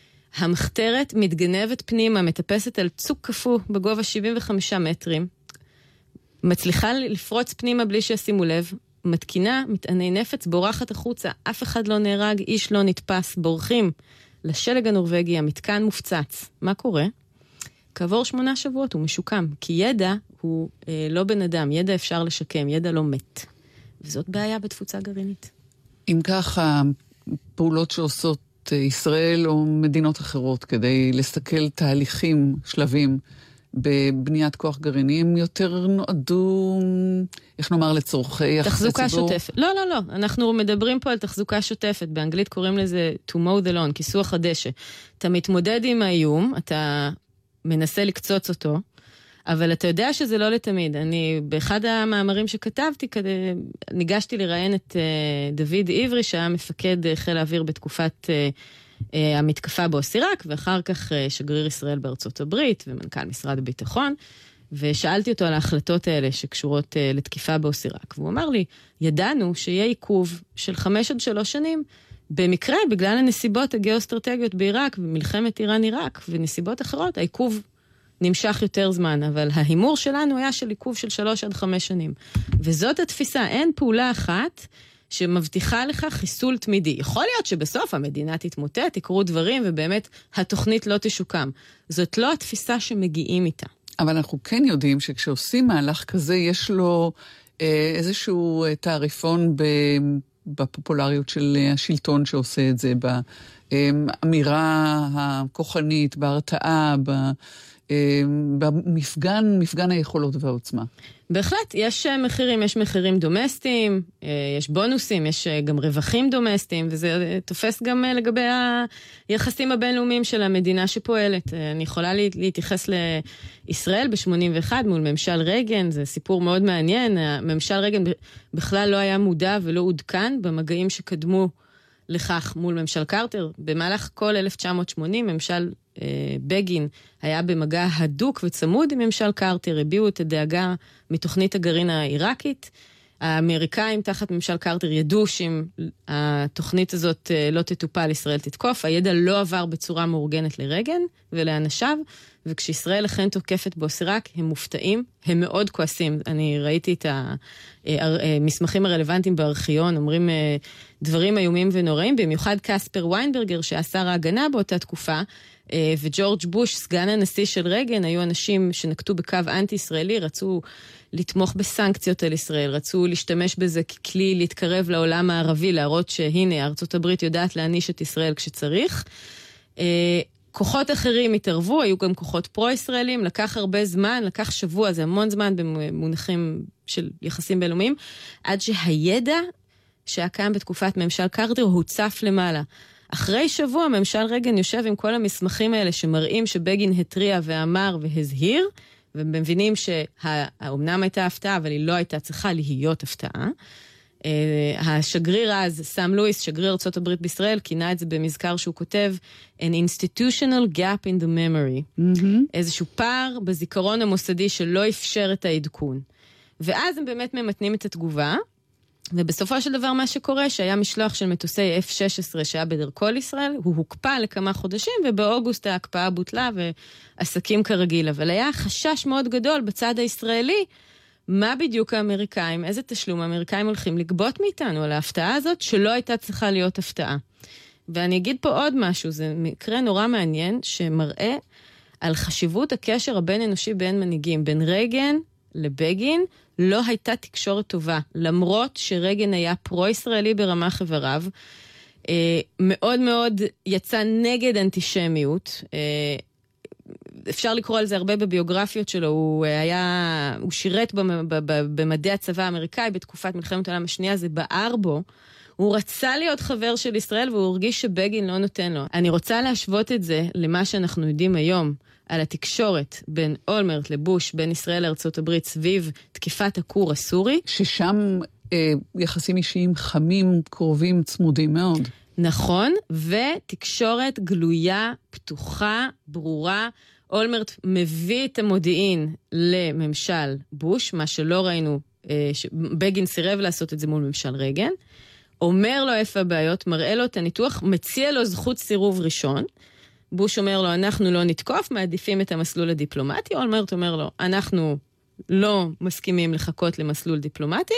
Speaker 5: המחתרת מתגנבת פנימה, מטפסת על צוק קפוא בגובה 75 מטרים, מצליחה לפרוץ פנימה בלי שישימו לב, מתקינה מטעני נפץ, בורחת החוצה, אף אחד לא נהרג, איש לא נתפס, בורחים לשלג הנורווגי, המתקן מופצץ. מה קורה? כעבור 8 שבועות הוא משוקם, כי ידע הוא לא בן אדם, ידע אפשר לשקם, ידע לא מת. וזאת בעיה בתפוצה גרעינית.
Speaker 4: אם כך, הפעולות שעושות ישראל או מדינות אחרות כדי לסתכל תהליכים, שלבים בבניית כוח גרעיני, הם יותר נועדו, איך נאמר, לצורכי יחסי ציבור?
Speaker 5: תחזוקה שוטפת. לא, לא, לא. אנחנו מדברים פה על תחזוקה שוטפת. באנגלית קוראים לזה to mow the lawn, כיסוח הדשא. אתה מתמודד עם האיום, אתה מנסה לקצוץ אותו, אבל אתה יודע שזה לא לתמיד. אני, באחד המאמרים שכתבתי, ניגשתי לראיין את דוד עברי, שהיה מפקד חיל האוויר בתקופת המתקפה באוסיראק, ואחר כך שגריר ישראל בארצות הברית, ומנכ"ל משרד הביטחון, ושאלתי אותו על ההחלטות האלה שקשורות לתקיפה באוסיראק. והוא אמר לי, ידענו שיהיה עיכוב של 5 עד 3 שנים, במקרה, בגלל הנסיבות הגיאוסטרטגיות בעיראק, ומלחמת איראן-עיראק, ונסיבות אחרות, העיכוב נמשך יותר זמן, אבל ההימור שלנו היה של עיכוב של 3 עד 5 שנים. וזאת התפיסה, אין פעולה אחת שמבטיחה לך חיסול תמידי. יכול להיות שבסוף המדינה תתמוטט, יקרו דברים, ובאמת התוכנית לא תשוקם. זאת לא התפיסה שמגיעים איתה.
Speaker 4: אבל אנחנו כן יודעים שכשעושים מהלך כזה, יש לו איזשהו תעריפון בפופולריות של השלטון שעושה את זה, באמירה הכוחנית, בהרתעה, במפגן היכולות והעוצמה.
Speaker 5: בהחלט, יש מחירים דומסטיים, יש בונוסים, יש גם רווחים דומסטיים, וזה תופס גם לגבי היחסים הבינלאומיים של המדינה שפועלת. אני יכולה להתייחס לישראל ב-81 מול ממשל רייגן, זה סיפור מאוד מעניין. ממשל רייגן בכלל לא היה מודע ולא עודכן במגעים שקדמו לכך מול ממשל קרטר. במהלך כל 1980 ממשל בגין היה במגע הדוק וצמוד עם ממשל קרטר, הביעו את הדאגה מתוכנית הגרעין העיראקית. האמריקאים תחת ממשל קרטר ידעו שאם התוכנית הזאת לא תטופל, ישראל תתקוף. הידע לא עבר בצורה מאורגנת לרגן ולאנשיו, וכשישראל לכן תוקפת בוסירק, הם מופתעים, הם מאוד כועסים. אני ראיתי את המסמכים הרלוונטיים בארכיון, אומרים דברים איומים ונוראים, במיוחד קספר ויינברגר, שהיה שר ההגנה באותה תקופה, וג'ורג' בוש, סגן הנשיא של רגן, היו אנשים שנקטו בקו אנטי-ישראלי, רצו לתמוך בסנקציות על ישראל, רצו להשתמש בזה ככלי להתקרב לעולם הערבי, להראות שהנה, ארצות הברית יודעת להניש את ישראל כשצריך. כוחות אחרים התערבו, היו גם כוחות פרו-ישראלים, לקח הרבה זמן, לקח שבוע, זה המון זמן במונחים של יחסים בינלאומיים, עד שהידע שהיה קיים בתקופת ממשל קרטר הוצף למעלה. אחרי שבוע ממשל רייגן יושב עם כל המסמכים האלה שמראים שבגין התריע ואמר והזהיר, ומבינים שהאומנם הייתה הפתעה, אבל היא לא הייתה צריכה להיות הפתעה. השגריר אז, סם לואיס, שגריר ארצות הברית בישראל, כינה את זה במזכר שהוא כותב, an institutional gap in the memory. איזשהו פער בזיכרון המוסדי שלא אפשר את העדכון. ואז הם באמת ממתנים את התגובה, ובסופו של דבר מה שקורה, שהיה משלוח של מטוסי F-16 שהיה בדרכו לישראל, הוא הוקפא לכמה חודשים, ובאוגוסט ההקפאה בוטלה ועסקים כרגיל. אבל היה חשש מאוד גדול בצד הישראלי, מה בדיוק האמריקאים, איזה תשלום האמריקאים הולכים לגבות מאיתנו על ההפתעה הזאת, שלא הייתה צריכה להיות הפתעה. ואני אגיד פה עוד משהו, זה מקרה נורא מעניין, שמראה על חשיבות הקשר הבין אנושי בין מנהיגים, בין רייגן לבגין, לא הייתה תקשורת טובה, למרות שרייגן היה פרו-ישראלי ברמה חבריו, מאוד מאוד יצא נגד אנטישמיות, אפשר לקרוא על זה הרבה בביוגרפיות שלו, הוא שירת במדעי הצבא האמריקאי בתקופת מלחמת העולם השנייה, זה בער בו, הוא רצה להיות חבר של ישראל והוא הרגיש שבגין לא נותן לו. אני רוצה להשוות את זה למה שאנחנו יודעים היום, על התקשורת בין אולמרט לבוש, בין ישראל לארצות הברית, סביב תקיפת הכור הסורי.
Speaker 4: ששם יחסים אישיים חמים, קרובים, צמודים מאוד.
Speaker 5: נכון, ותקשורת גלויה, פתוחה, ברורה. אולמרט מביא את המודיעין לממשל בוש, מה שלא ראינו, בגין סירב לעשות את זה מול ממשל רייגן, אומר לו איפה הבעיות, מראה לו את הניתוח, מציע לו זכות סירוב ראשון, בוש אומר לו, אנחנו לא נתקוף, מעדיפים את המסלול הדיפלומטי, אולמרט אומר לו, אנחנו לא מסכימים לחכות למסלול דיפלומטי,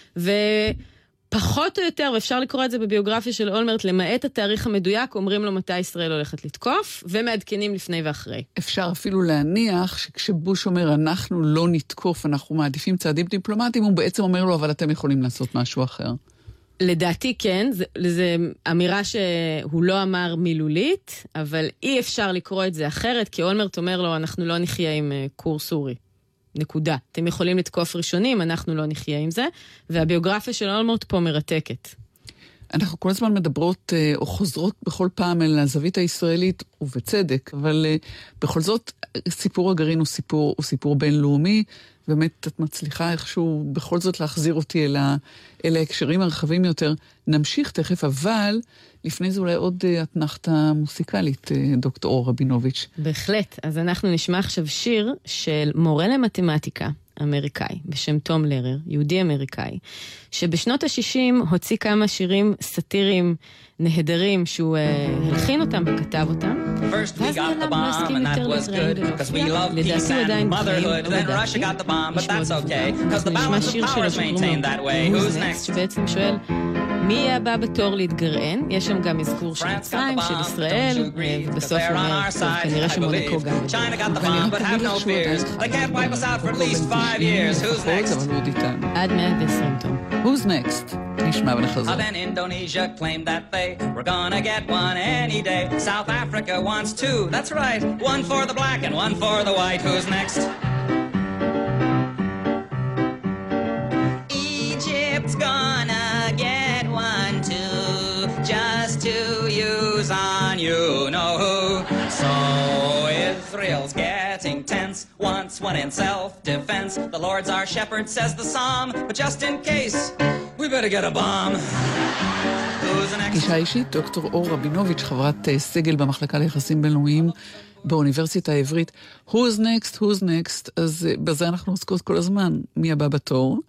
Speaker 5: ופחות או יותר, ואפשר לקרוא את זה בביוגרפיה של אולמרט, למעט התאריך המדויק, אומרים לו מתי ישראל הולכת לתקוף, ומעדכנים לפני ואחרי.
Speaker 4: אפשר אפילו להניח שכשבוש אומר, אנחנו לא נתקוף, אנחנו מעדיפים צעדים דיפלומטיים, הוא בעצם אומר לו, אבל אתם יכולים לעשות משהו אחר.
Speaker 5: לדעתי כן, זו אמירה שהוא לא אמר מילולית, אבל אי אפשר לקרוא את זה אחרת, כי אולמרט אומר לו, אנחנו לא נחיה עם כור סורי. נקודה. אתם יכולים לתקוף ראשונים, אנחנו לא נחיה עם זה, והביוגרפיה של אולמרט פה מרתקת.
Speaker 4: אנחנו כל הזמן מדברות או חוזרות בכל פעם אל הזווית הישראלית, ובצדק, אבל בכל זאת סיפור הגרעין הוא סיפור בינלאומי, באמת את מצליחה איכשהו בכל זאת להחזיר אותי אל ההקשרים הרחבים יותר. נמשיך תכף, אבל לפני זה אולי עוד אתנחתה מוסיקלית, דוקטור אור רבינוביץ'.
Speaker 5: בהחלט. אז אנחנו נשמע עכשיו שיר של מורה למתמטיקה אמריקאי, בשם תום לרר, יהודי אמריקאי, שבשנות ה-60 הוציא כמה שירים סאטיריים נהדרים, שהוא הלחין אותם וכתב אותם. ואז נעלם לא הסכים יותר לזרעים ולהופיע. לדעתי הוא עדיין חיים, לא לדעתי. נשמע שיר שלו שקוראים לו Who's Next, שבעצם שואל, מי יהיה הבא בתור להתגרען? יש שם גם אזכור של מצרים, של ישראל, ובסוף אומר, טוב, כנראה שמונקו גם.
Speaker 4: ואני רק תגיד לך שהוא עדיין אבל הוא עוד איתנו.
Speaker 5: עד 120 תום.
Speaker 4: Who's next? נשמע ונחזור.
Speaker 7: Then Indonesia claimed that they were gonna get one any day. South Africa wants two, that's right. One for the black and one for the white. Who's next? Egypt's gonna get one too, just to use on you know who. So Israel's getting tense, wants one in self-defense. The Lord's our shepherd, says the psalm, but just in case, we better get a bomb. Who's the next?
Speaker 4: פגישה אישית, דוקטור אור רבינוביץ', חברת סגל במחלקה ליחסים בינלאומיים באוניברסיטה העברית. Who's next? Who's next? אז בזה אנחנו עוסקות כל הזמן. מי הבא בתור?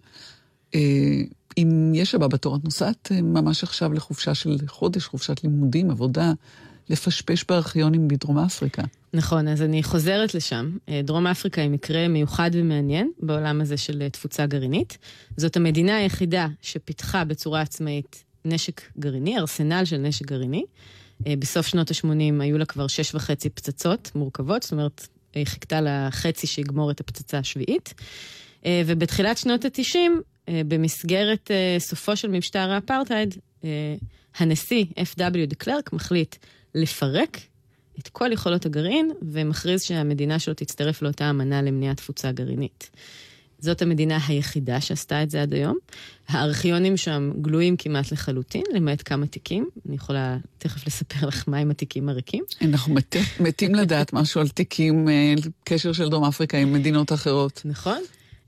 Speaker 4: אם יש הבא בתור, את נוסעת ממש עכשיו לחופשה של חודש, חופשת לימודים, עבודה, לפשפש בארכיונים בדרום אפריקה.
Speaker 5: נכון, אז אני חוזרת לשם. דרום אפריקה היא מקרה מיוחד ומעניין בעולם הזה של תפוצה גרעינית. זאת המדינה היחידה שפיתחה בצורה עצמאית נשק גרעיני, ארסנל של נשק גרעיני. בסוף שנות ה-80 היו לה כבר 6.5 פצצות מורכבות, זאת אומרת, היא חיכתה לחצי שיגמור את הפצצה השביעית. ובתחילת שנות ה-90, במסגרת סופו של משטר האפרטהייד, הנשיא F.W. דה קלרק מחליט לפרק את כל יכולות הגרעין, ומכריז שהמדינה שלו תצטרף לאותה אמנה למניעת תפוצה גרעינית. זאת המדינה היחידה שעשתה את זה עד היום. הארכיונים שם גלויים כמעט לחלוטין, למעט כמה תיקים. אני יכולה תכף לספר לך מה עם התיקים הריקים.
Speaker 4: אנחנו מתים לדעת משהו על תיקים, קשר של דרום אפריקה עם מדינות אחרות.
Speaker 5: נכון.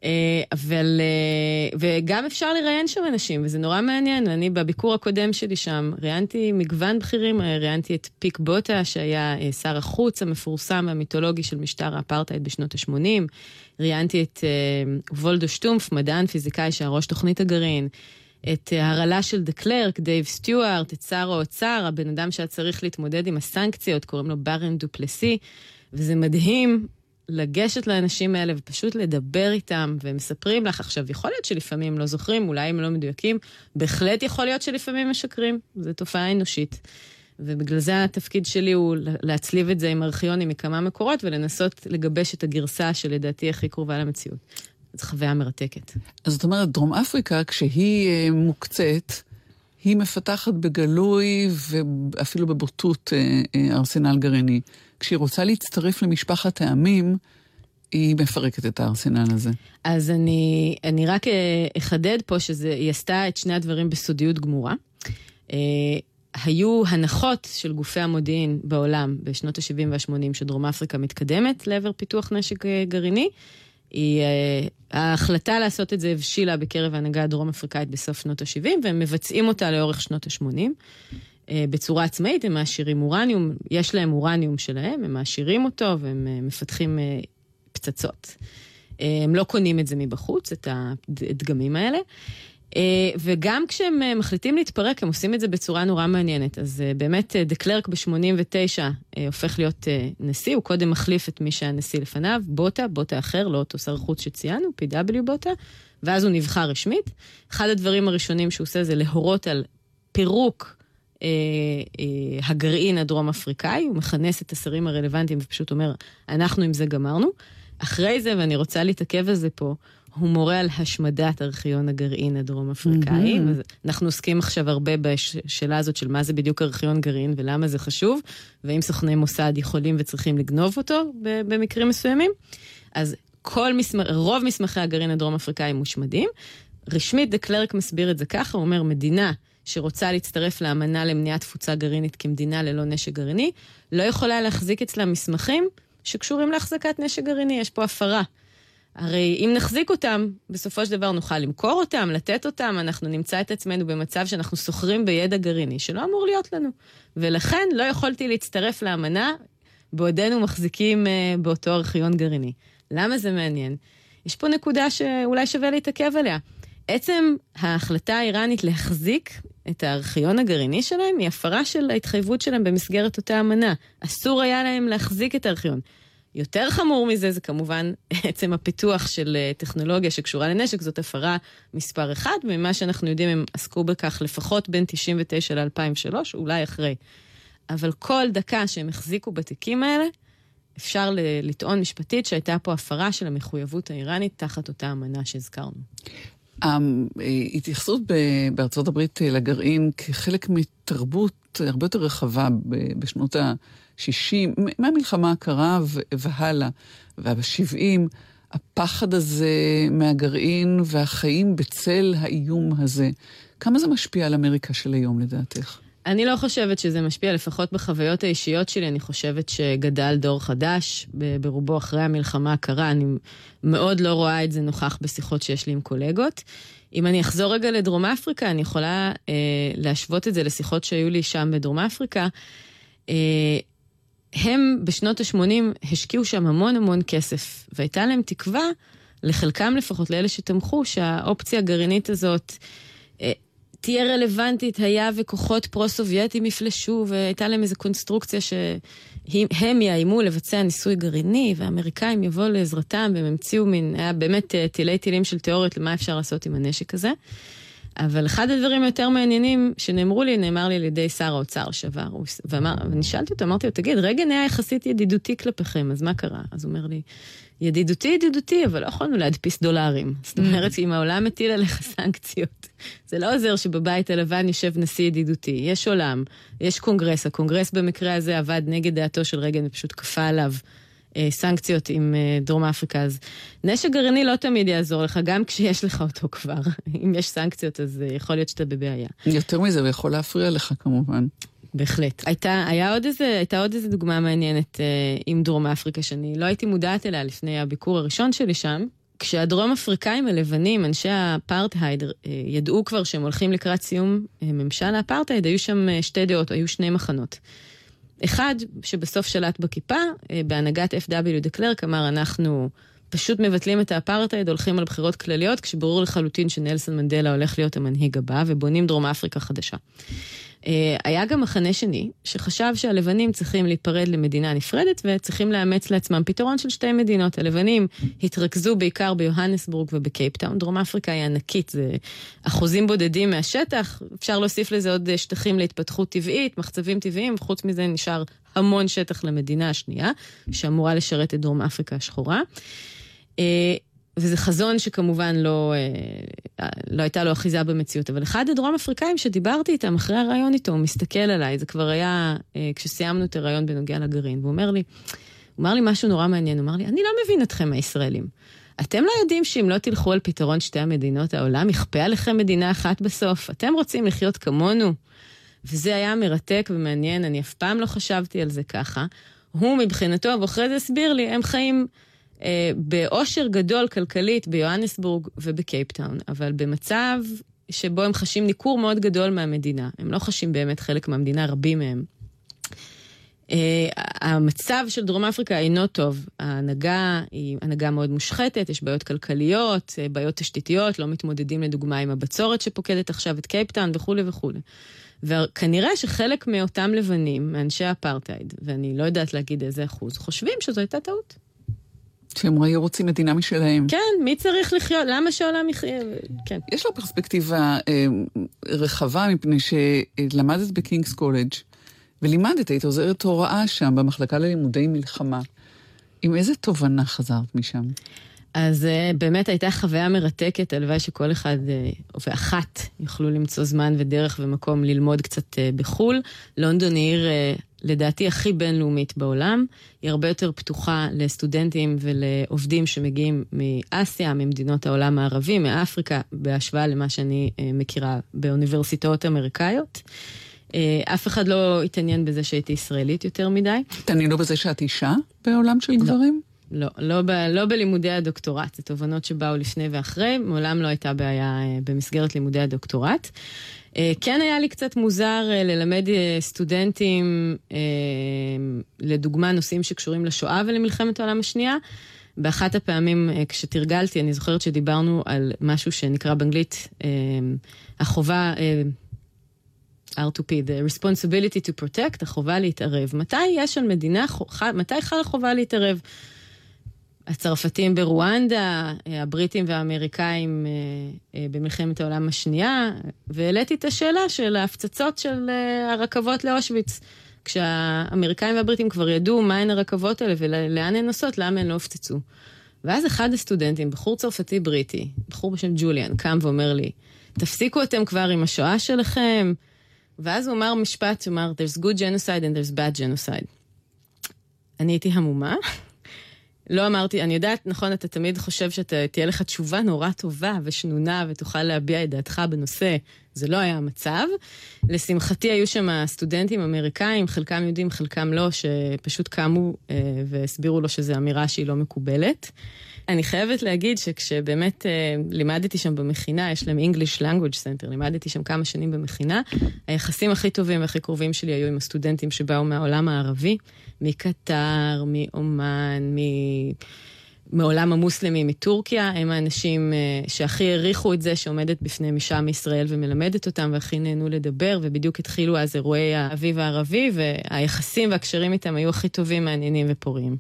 Speaker 5: וגם אפשר לראיין שם אנשים, וזה נורא מעניין. אני בביקור הקודם שלי שם ראיינתי מגוון בכירים, ראיינתי את פיק בוטה, שהיה שר החוץ המפורסם והמיתולוגי של משטר האפרטהייד בשנות ה-80, ראיינתי את וולדו שטומף, מדען פיזיקאי שהראש תוכנית הגרעין, את הרעלה של דה קלרק, דייב סטיוארט, את שר האוצר, הבן אדם שהיה צריך להתמודד עם הסנקציות, קוראים לו ברן דופלסי, וזה מדהים לגשת לאנשים האלה ופשוט לדבר איתם, והם מספרים לך, עכשיו יכול להיות שלפעמים לא זוכרים, אולי הם לא מדויקים, בהחלט יכול להיות שלפעמים משקרים, זו תופעה אנושית. ובגלל זה התפקיד שלי הוא להצליב את זה עם ארכיונים מכמה מקורות, ולנסות לגבש את הגרסה שלדעתי הכי קרובה למציאות. זו חוויה מרתקת.
Speaker 4: אז זאת אומרת, דרום אפריקה, כשהיא מוקצת, היא מפתחת בגלוי ואפילו בבוטות ארסנל גרעיני. כשהיא רוצה להצטרף למשפחת העמים, היא מפרקת את הארסנל הזה.
Speaker 5: אז אני רק אחדד פה שהיא עשתה את שני הדברים בסודיות גמורה. היו הנחות של גופי המודיעין בעולם בשנות ה-70 וה-80 שדרום אפריקה מתקדמת לעבר פיתוח נשק גרעיני. ההחלטה לעשות את זה הבשילה בקרב ההנהגה הדרום אפריקאית בסוף שנות ה-70, והם מבצעים אותה לאורך שנות ה-80. בצורה עצמאית, הם מעשירים אורניום, יש להם אורניום שלהם, הם מעשירים אותו והם מפתחים פצצות. הם לא קונים את זה מבחוץ, את הדגמים האלה. וגם כשהם מחליטים להתפרק, הם עושים את זה בצורה נורא מעניינת. אז באמת דה קלרק ב-89 הופך להיות נשיא, הוא קודם מחליף את מי שהנשיא לפניו, בוטה אחר, לא אותו שר חוץ שציינו, PW בוטה, ואז הוא נבחר רשמית. אחד הדברים הראשונים שהוא עושה זה להורות על פירוק הגרעין הדרום אפריקאי, הוא מכנס את השרים הרלוונטיים ופשוט אומר, אנחנו עם זה גמרנו. אחרי זה, ואני רוצה להתעכב על זה פה, הוא מורה על השמדת ארכיון הגרעין הדרום אפריקאי. אנחנו עוסקים עכשיו הרבה בשאלה הזאת של מה זה בדיוק ארכיון גרעין ולמה זה חשוב, ואם סוכני מוסד יכולים וצריכים לגנוב אותו במקרים מסוימים. אז רוב מסמכי הגרעין הדרום אפריקאי מושמדים. רשמית דה קלרק מסביר את זה ככה, הוא אומר, מדינה שרוצה להצטרף לאמנה למניעת תפוצה גרעינית כמדינה ללא נשק גרעיני, לא יכולה להחזיק אצלה מסמכים שקשורים להחזקת נשק גרעיני, יש פה הפרה. הרי אם נחזיק אותם, בסופו של דבר נוכל למכור אותם, לתת אותם, אנחנו נמצא את עצמנו במצב שאנחנו סוחרים בידע גרעיני, שלא אמור להיות לנו. ולכן לא יכולתי להצטרף לאמנה, בעודנו מחזיקים באותו ארכיון גרעיני. למה זה מעניין? יש פה נקודה שאולי שווה להתעכב עליה. עצם ההחלטה האיראנית להחזיק את הארכיון הגרעיני שלהם, היא הפרה של ההתחייבות שלהם במסגרת אותה אמנה. אסור היה להם להחזיק את הארכיון. יותר חמור מזה, זה כמובן עצם הפיתוח של טכנולוגיה שקשורה לנשק, זאת הפרה מספר 1, וממה שאנחנו יודעים הם עסקו בכך לפחות בין 99 ל-2003, אולי אחרי. אבל כל דקה שהם החזיקו בתיקים האלה, אפשר לטעון משפטית שהייתה פה הפרה של המחויבות האיראנית תחת אותה אמנה שהזכרנו.
Speaker 4: ההתייחסות בארצות הברית לגרעין כחלק מתרבות הרבה יותר רחבה בשנות ה-60, מהמלחמה הקרה והלאה, וב-70, הפחד הזה מהגרעין והחיים בצל האיום הזה, כמה זה משפיע על אמריקה של היום לדעתך?
Speaker 5: אני לא חושבת שזה משפיע, לפחות בחוויות האישיות שלי, אני חושבת שגדל דור חדש, ברובו אחרי המלחמה הקרה, אני מאוד לא רואה את זה נוכח בשיחות שיש לי עם קולגות. אם אני אחזור רגע לדרום אפריקה, אני יכולה להשוות את זה לשיחות שהיו לי שם בדרום אפריקה. הם בשנות ה-80 השקיעו שם המון המון כסף, והייתה להם תקווה, לחלקם לפחות, לאלה שתמכו, שהאופציה הגרעינית הזאת תהיה רלוונטית, היה וכוחות פרו-סובייטים יפלשו, והייתה להם איזו קונסטרוקציה שהם יאיימו לבצע ניסוי גרעיני, והאמריקאים יבואו לעזרתם, והם המציאו היה באמת טילים של תיאוריות למה אפשר לעשות עם הנשק הזה. אבל אחד הדברים היותר מעניינים שנאמר לי על ידי שר האוצר שעבר, ואני שאלתי אותו, אמרתי לו, תגיד, רגע היה יחסית ידידותי כלפיכם, אז מה קרה? אז הוא אומר לי, ידידותי, אבל לא יכולנו להדפיס דולרים. זאת אומרת, אם העולם מטיל עליך סנקציות, זה לא עוזר שבבית הלבן יושב נשיא ידידותי. יש עולם, יש קונגרס, הקונגרס במקרה הזה עבד נגד דעתו של רגן, ופשוט כפה עליו סנקציות עם דרום אפריקה. אז נשק גרעיני לא תמיד יעזור לך, גם כשיש לך אותו כבר. אם יש סנקציות, אז יכול להיות שאתה בבעיה.
Speaker 4: יותר מזה, הוא יכול להפריע לך כמובן.
Speaker 5: בהחלט. הייתה עוד איזה דוגמה מעניינת עם דרום אפריקה, שאני לא הייתי מודעת אליה לפני הביקור הראשון שלי שם. כשהדרום אפריקאים הלבנים, אנשי האפרטהייד, ידעו כבר שהם הולכים לקראת סיום ממשל האפרטהייד, היו שם שתי דעות, היו שני מחנות. אחד, שבסוף שלט בכיפה, בהנהגת F.W. דה קלרק, אמר, אנחנו פשוט מבטלים את האפרטהייד, הולכים על בחירות כלליות, כשברור לחלוטין שנלסון מנדלה הולך להיות המנהיג הבא, ובונים דרום אפריקה חדשה. היה גם מחנה שני, שחשב שהלבנים צריכים להיפרד למדינה נפרדת, וצריכים לאמץ לעצמם פתרון של שתי מדינות. הלבנים התרכזו בעיקר ביוהנסבורג ובקייפטאון. דרום אפריקה היא ענקית, זה אחוזים בודדים מהשטח, אפשר להוסיף לזה עוד שטחים להתפתחות טבעית, מחצבים טבעיים, וחוץ מזה נשאר המון שטח למדינה השנייה, שאמורה לשרת את דרום אפריקה השחורה. וזה חזון שכמובן לא הייתה לו אחיזה במציאות, אבל אחד הדרום אפריקאים שדיברתי איתם אחרי הרעיון איתו, הוא מסתכל עליי, זה כבר היה כשסיימנו את הרעיון בנוגע לגרעין, והוא אומר לי משהו נורא מעניין, הוא אמר לי, אני לא מבין אתכם הישראלים. אתם לא יודעים שאם לא תלכו על פתרון שתי המדינות, העולם יכפה עליכם מדינה אחת בסוף. אתם רוצים לחיות כמונו. וזה היה מרתק ומעניין, אני אף פעם לא חשבתי על זה ככה. הוא מבחינתו, ואחרי זה הסביר לי, הם חיים באושר גדול כלכלית ביוהנסבורג ובקייפטאון, אבל במצב שבו הם חשים ניכור מאוד גדול מהמדינה. הם לא חשים באמת חלק מהמדינה, רבים מהם. המצב של דרום אפריקה אינו טוב. ההנהגה היא הנהגה מאוד מושחתת, יש בעיות כלכליות, בעיות תשתיתיות, לא מתמודדים לדוגמה עם הבצורת שפוקדת עכשיו את קייפטאון וכו' וכו'. וכנראה שחלק מאותם לבנים, מאנשי האפרטהייד, ואני לא יודעת להגיד איזה אחוז, חושבים שזו הייתה טעות.
Speaker 4: שהם היו רוצים מדינה משלהם.
Speaker 5: כן, מי צריך לחיות? למה שהעולם יחיה? כן.
Speaker 4: יש לו פרספקטיבה רחבה מפני שלמדת בקינגס קולג' ולימדת, היית עוזרת הוראה שם במחלקה ללימודי מלחמה. עם איזה תובנה חזרת משם?
Speaker 5: אז באמת הייתה חוויה מרתקת, הלוואי שכל אחד ואחת יוכלו למצוא זמן ודרך ומקום ללמוד קצת בחול. לונדון היא עיר לדעתי הכי בינלאומית בעולם, היא הרבה יותר פתוחה לסטודנטים ולעובדים שמגיעים מאסיה, ממדינות העולם הערבי, מאפריקה, בהשוואה למה שאני מכירה באוניברסיטאות אמריקאיות. אף אחד לא התעניין בזה שהייתי ישראלית יותר מדי. התעניינו
Speaker 4: בזה שאת אישה בעולם של גברים?
Speaker 5: לא בלימודי הדוקטורט, זה תובנות שבאו לפני ואחרי, מעולם לא הייתה בעיה במסגרת לימודי הדוקטורט. כן היה לי קצת מוזר ללמד סטודנטים, לדוגמה נושאים שקשורים לשואה ולמלחמת העולם השנייה. באחת הפעמים כשתרגלתי, אני זוכרת שדיברנו על משהו שנקרא באנגלית, החובה, R2P, the responsibility to protect, החובה להתערב. מתי יש על מדינה, מתי חלה חובה להתערב? הצרפתים ברואנדה, הבריטים והאמריקאים במלחמת העולם השנייה, והעליתי את השאלה של ההפצצות של הרכבות לאושוויץ. כשהאמריקאים והבריטים כבר ידעו מהן הרכבות האלה ולאן הן נוסעות, למה הן לא הפצצו. ואז אחד הסטודנטים, בחור צרפתי בריטי, בחור בשם ג'וליאן, קם ואומר לי, תפסיקו אתם כבר עם השואה שלכם, ואז הוא אמר משפט, הוא אמר, there's good genocide and there's bad genocide. אני הייתי המומה, לא אמרתי, אני יודעת, נכון, אתה תמיד חושב שתהיה לך תשובה נורא טובה ושנונה ותוכל להביע את דעתך בנושא. זה לא היה המצב. לשמחתי היו שם סטודנטים אמריקאים, חלקם יודעים, חלקם לא, שפשוט קמו והסבירו לו שזו אמירה שהיא לא מקובלת. אני חייבת להגיד שכשבאמת לימדתי שם במכינה, יש להם English Language Center, לימדתי שם כמה שנים במכינה, היחסים הכי טובים והכי קרובים שלי היו עם הסטודנטים שבאו מהעולם הערבי, מקטר, מאומן, מעולם המוסלמי, מטורקיה, הם האנשים שהכי העריכו את זה שעומדת בפני אישה מישראל ומלמדת אותם, והכי נהנו לדבר, ובדיוק התחילו אז אירועי האביב הערבי, והיחסים והקשרים איתם היו הכי טובים, מעניינים ופוריים.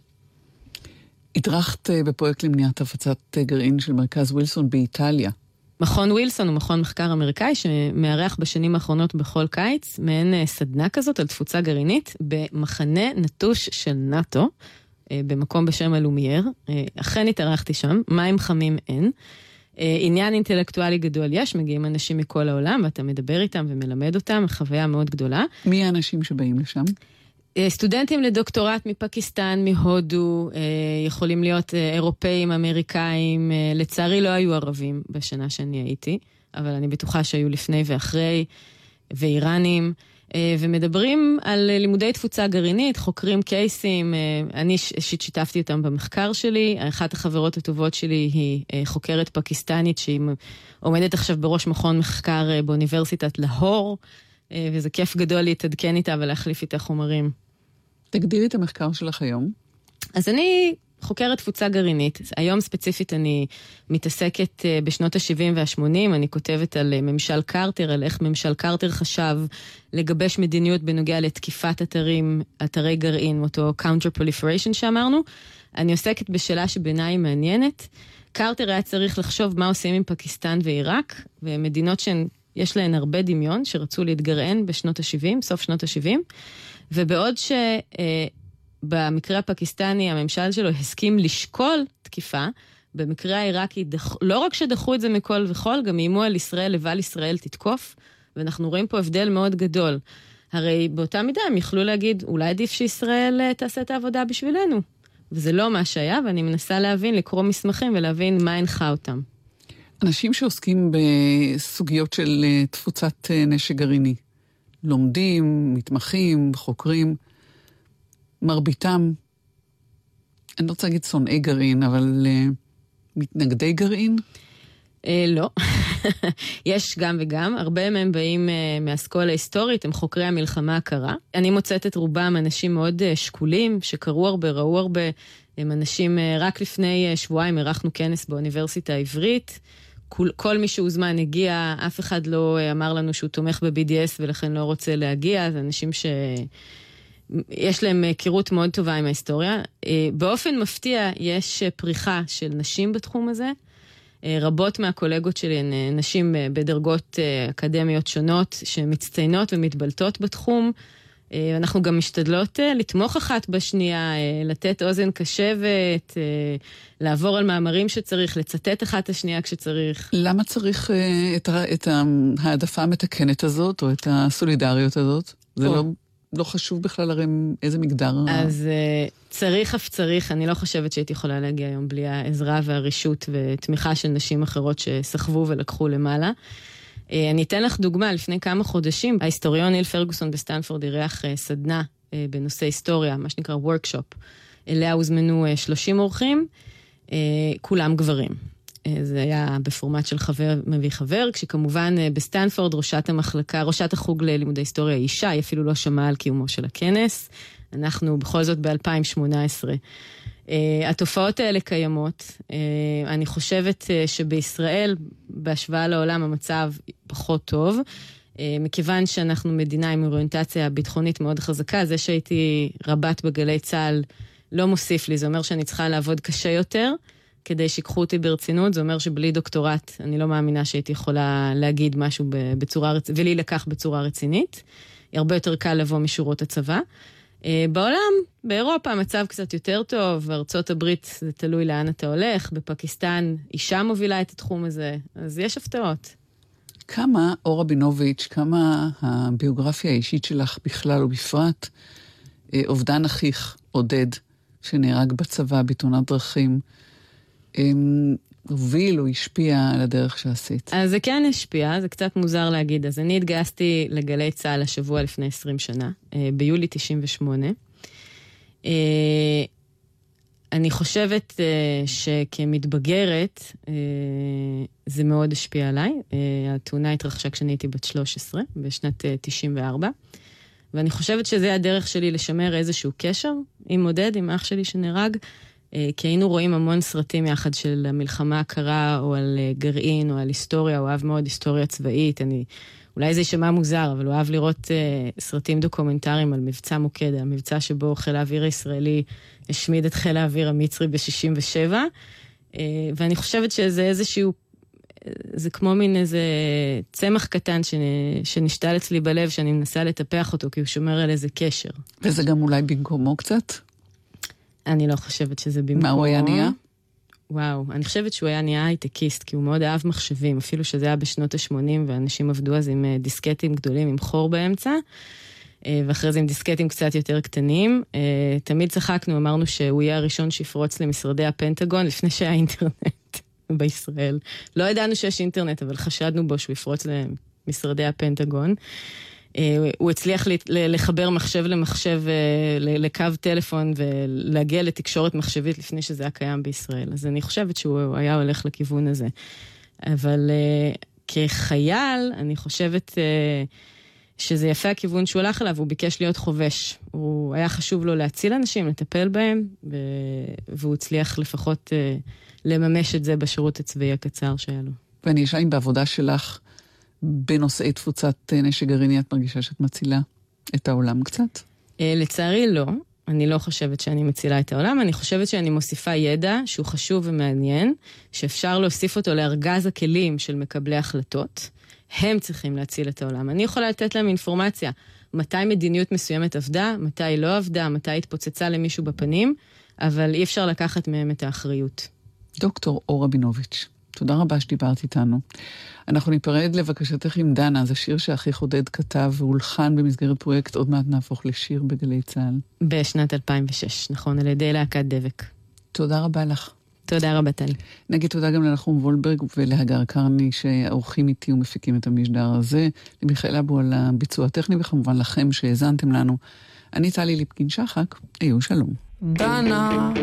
Speaker 4: הדרכת בפרויקט למניעת הפצת גרעין של מרכז ווילסון באיטליה.
Speaker 5: מכון ווילסון הוא מכון מחקר אמריקאי שמארח בשנים האחרונות בכל קיץ, מעין סדנה כזאת על תפוצה גרעינית במחנה נטוש של נאטו, במקום בשם הלומייר. אכן התארחתי שם, מים חמים אין. עניין אינטלקטואלי גדול יש, מגיעים אנשים מכל העולם, ואתה מדבר איתם ומלמד אותם, חוויה מאוד גדולה.
Speaker 4: מי האנשים שבאים לשם?
Speaker 5: סטודנטים לדוקטורט מפקיסטן, מהודו, יכולים להיות אירופאים, אמריקאים, לצערי לא היו ערבים בשנה שאני הייתי, אבל אני בטוחה שהיו לפני ואחרי, ואיראנים, ומדברים על לימודי תפוצה גרעינית, חוקרים קייסים, אני שיתפתי אותם במחקר שלי, אחת החברות הטובות שלי היא חוקרת פקיסטנית, שהיא עומדת עכשיו בראש מכון מחקר באוניברסיטת להור, וזה כיף גדול להתעדכן איתה ולהחליף איתה חומרים.
Speaker 4: תגדירי את המחקר שלך היום.
Speaker 5: אז אני חוקרת תפוצה גרעינית. היום ספציפית אני מתעסקת בשנות ה-70 וה-80, אני כותבת על ממשל קרטר, על איך ממשל קרטר חשב לגבש מדיניות בנוגע לתקיפת אתרי גרעין, אותו counter proliferation שאמרנו. אני עוסקת בשאלה שבעיניי מעניינת. קרטר היה צריך לחשוב מה עושים עם פקיסטן ועיראק, ומדינות שהן יש להן הרבה דמיון שרצו להתגרען בשנות ה-70, סוף שנות ה-70, ובעוד שבמקרה הפקיסטני הממשל שלו הסכים לשקול תקיפה, במקרה העיראקי לא רק שדחו את זה מכל וכל, גם איימו על ישראל, לבל ישראל תתקוף, ואנחנו רואים פה הבדל מאוד גדול. הרי באותה מידה הם יכלו להגיד, אולי עדיף שישראל תעשה את העבודה בשבילנו. וזה לא מה שהיה, ואני מנסה להבין, לקרוא מסמכים ולהבין מה הנחה אותם.
Speaker 4: אנשים שעוסקים בסוגיות של תפוצת נשק גרעיני, לומדים, מתמחים, חוקרים, מרביתם, אני לא רוצה להגיד שונאי גרעין, אבל מתנגדי גרעין?
Speaker 5: לא. יש גם וגם. הרבה מהם באים מהאסכולה ההיסטורית, הם חוקרי המלחמה הקרה. אני מוצאת את רובם אנשים מאוד שקולים, שקראו הרבה, ראו הרבה. הם אנשים, רק לפני שבועיים ערכנו כנס באוניברסיטה העברית. כל מי שהוזמן הגיע, אף אחד לא אמר לנו שהוא תומך ב-BDS ולכן לא רוצה להגיע. זה אנשים שיש להם היכרות מאוד טובה עם ההיסטוריה. באופן מפתיע יש פריחה של נשים בתחום הזה. רבות מהקולגות שלי הן נשים בדרגות אקדמיות שונות שמצטיינות ומתבלטות בתחום. אנחנו גם משתדלות לתמוך אחת בשנייה, לתת אוזן קשבת, לעבור על מאמרים שצריך, לצטט אחת השנייה כשצריך.
Speaker 4: למה צריך את העדפה המתקנת הזאת, או את הסולידריות הזאת? זה לא חשוב בכלל הרי איזה מגדר.
Speaker 5: אז צריך אף צריך, אני לא חושבת שהייתי יכולה להגיע היום בלי העזרה והרישות ותמיכה של נשים אחרות שסחבו ולקחו למעלה. אני אתן לך דוגמה, לפני כמה חודשים, ההיסטוריון ניל פרגוסון בסטנפורד אירח סדנה בנושא היסטוריה, מה שנקרא וורקשופ. אליה הוזמנו 30 אורחים, כולם גברים. זה היה בפורמט של חבר מביא חבר, כשכמובן בסטנפורד ראשת המחלקה, ראשת החוג ללימודי היסטוריה אישה, היא אפילו לא שמעה על קיומו של הכנס. אנחנו בכל זאת ב-2018. התופעות האלה קיימות. אני חושבת שבישראל, בהשוואה לעולם, המצב פחות טוב. מכיוון שאנחנו מדינה עם אוריינטציה ביטחונית מאוד חזקה, זה שהייתי רבת בגלי צה"ל לא מוסיף לי, זה אומר שאני צריכה לעבוד קשה יותר, כדי שיקחו אותי ברצינות, זה אומר שבלי דוקטורט, אני לא מאמינה שהייתי יכולה להגיד משהו בצורה רצינית, ולי לקח בצורה רצינית. הרבה יותר קל לבוא משורות הצבא. בעולם, באירופה, המצב קצת יותר טוב, בארצות הברית זה תלוי לאן אתה הולך, בפקיסטן אישה מובילה את התחום הזה, אז יש הפתעות.
Speaker 4: כמה, אור רבינוביץ', כמה הביוגרפיה האישית שלך בכלל ובפרט, אובדן אחיך, עודד, שנהרג בצבא בתאונת דרכים, הוביל או השפיע על הדרך שעשית?
Speaker 5: אז זה כן השפיע, זה קצת מוזר להגיד. אז אני התגייסתי לגלי צה"ל השבוע לפני 20 שנה, ביולי 98. אני חושבת שכמתבגרת, זה מאוד השפיע עליי. התאונה התרחשה כשאני הייתי בת 13, בשנת 94. ואני חושבת שזה הדרך שלי לשמר איזשהו קשר עם עודד, עם אח שלי שנהרג, כי היינו רואים המון סרטים יחד של המלחמה הקרה, או על גרעין, או על היסטוריה, הוא אוהב מאוד היסטוריה צבאית, אולי זה יישמע מוזר, אבל הוא אוהב לראות סרטים דוקומנטריים על מבצע מוקד, המבצע שבו חיל האוויר הישראלי השמיד את חיל האוויר המצרי ב-67, ואני חושבת שזה איזשהו, זה כמו מין איזה צמח קטן שנשתל אצלי בלב, שאני מנסה לטפח אותו, כי הוא שומר על איזה קשר.
Speaker 4: וזה גם אולי במקומו קצת?
Speaker 5: אני לא חושבת שזה במקום.
Speaker 4: מה הוא היה נהיה?
Speaker 5: וואו, אני חושבת שהוא היה נהיה הייטקיסט, כי הוא מאוד אהב מחשבים, אפילו שזה היה בשנות ה-80, ואנשים עבדו אז עם דיסקטים גדולים, עם חור באמצע, ואחרי זה עם דיסקטים קצת יותר קטנים. תמיד צחקנו, אמרנו שהוא יהיה הראשון שיפרוץ למשרדי הפנטגון, לפני שהיה אינטרנט בישראל. לא ידענו שיש אינטרנט, אבל חשדנו בו שהוא יפרוץ למשרדי הפנטגון. הוא הצליח לחבר מחשב למחשב, לקו טלפון, ולהגיע לתקשורת מחשבית לפני שזה היה קיים בישראל. אז אני חושבת שהוא היה הולך לכיוון הזה. אבל כחייל, אני חושבת שזה יפה הכיוון שהוא הלך אליו, הוא ביקש להיות חובש. הוא היה חשוב לו להציל אנשים, לטפל בהם, והוא הצליח לפחות לממש את זה בשירות הצבאי הקצר שהיה לו.
Speaker 4: ואני אשאל אם בעבודה שלך, בנושאי תפוצת נשק גרעיני, את מרגישה שאת מצילה את העולם קצת?
Speaker 5: לצערי לא. אני לא חושבת שאני מצילה את העולם. אני חושבת שאני מוסיפה ידע שהוא חשוב ומעניין, שאפשר להוסיף אותו לארגז הכלים של מקבלי החלטות. הם צריכים להציל את העולם. אני יכולה לתת להם אינפורמציה. מתי מדיניות מסוימת עבדה, מתי היא לא עבדה, מתי התפוצצה למישהו בפנים, אבל אי אפשר לקחת מהם את האחריות.
Speaker 4: דוקטור אור רבינוביץ', תודה רבה שדיברת איתנו. אנחנו ניפרד לבקשתך עם דנה, זה שיר שאחיך עודד כתב והולחן במסגרת פרויקט עוד מעט נהפוך לשיר בגלי צה"ל.
Speaker 5: בשנת 2006, נכון, על ידי להקת דבק.
Speaker 4: תודה רבה לך.
Speaker 5: תודה רבה, טלי.
Speaker 4: נגיד תודה גם לנחום וולברג ולהגר קרני שעורכים איתי ומפיקים את המשדר הזה, למיכאל אבו על הביצוע הטכני וכמובן לכם שהאזנתם לנו. אני טלי ליפקין שחק, היו שלום.
Speaker 6: דנה,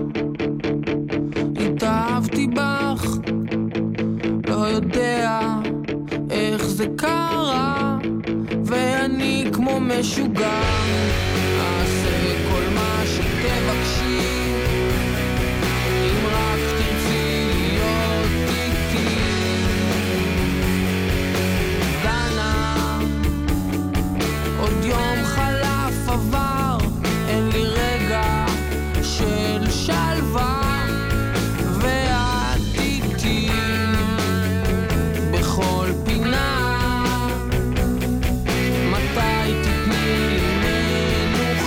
Speaker 6: התאהבתי בך, לא יודע איך זה קרה, ואני כמו משוגע, אעשה כל מה שתבקשי, אם רק תרצי להיות איתי. דנה, עוד יום חלף עבר, אין לי רגע של שלווה, ואת איתי בכל פינה. מתי תתני לי מנוחה?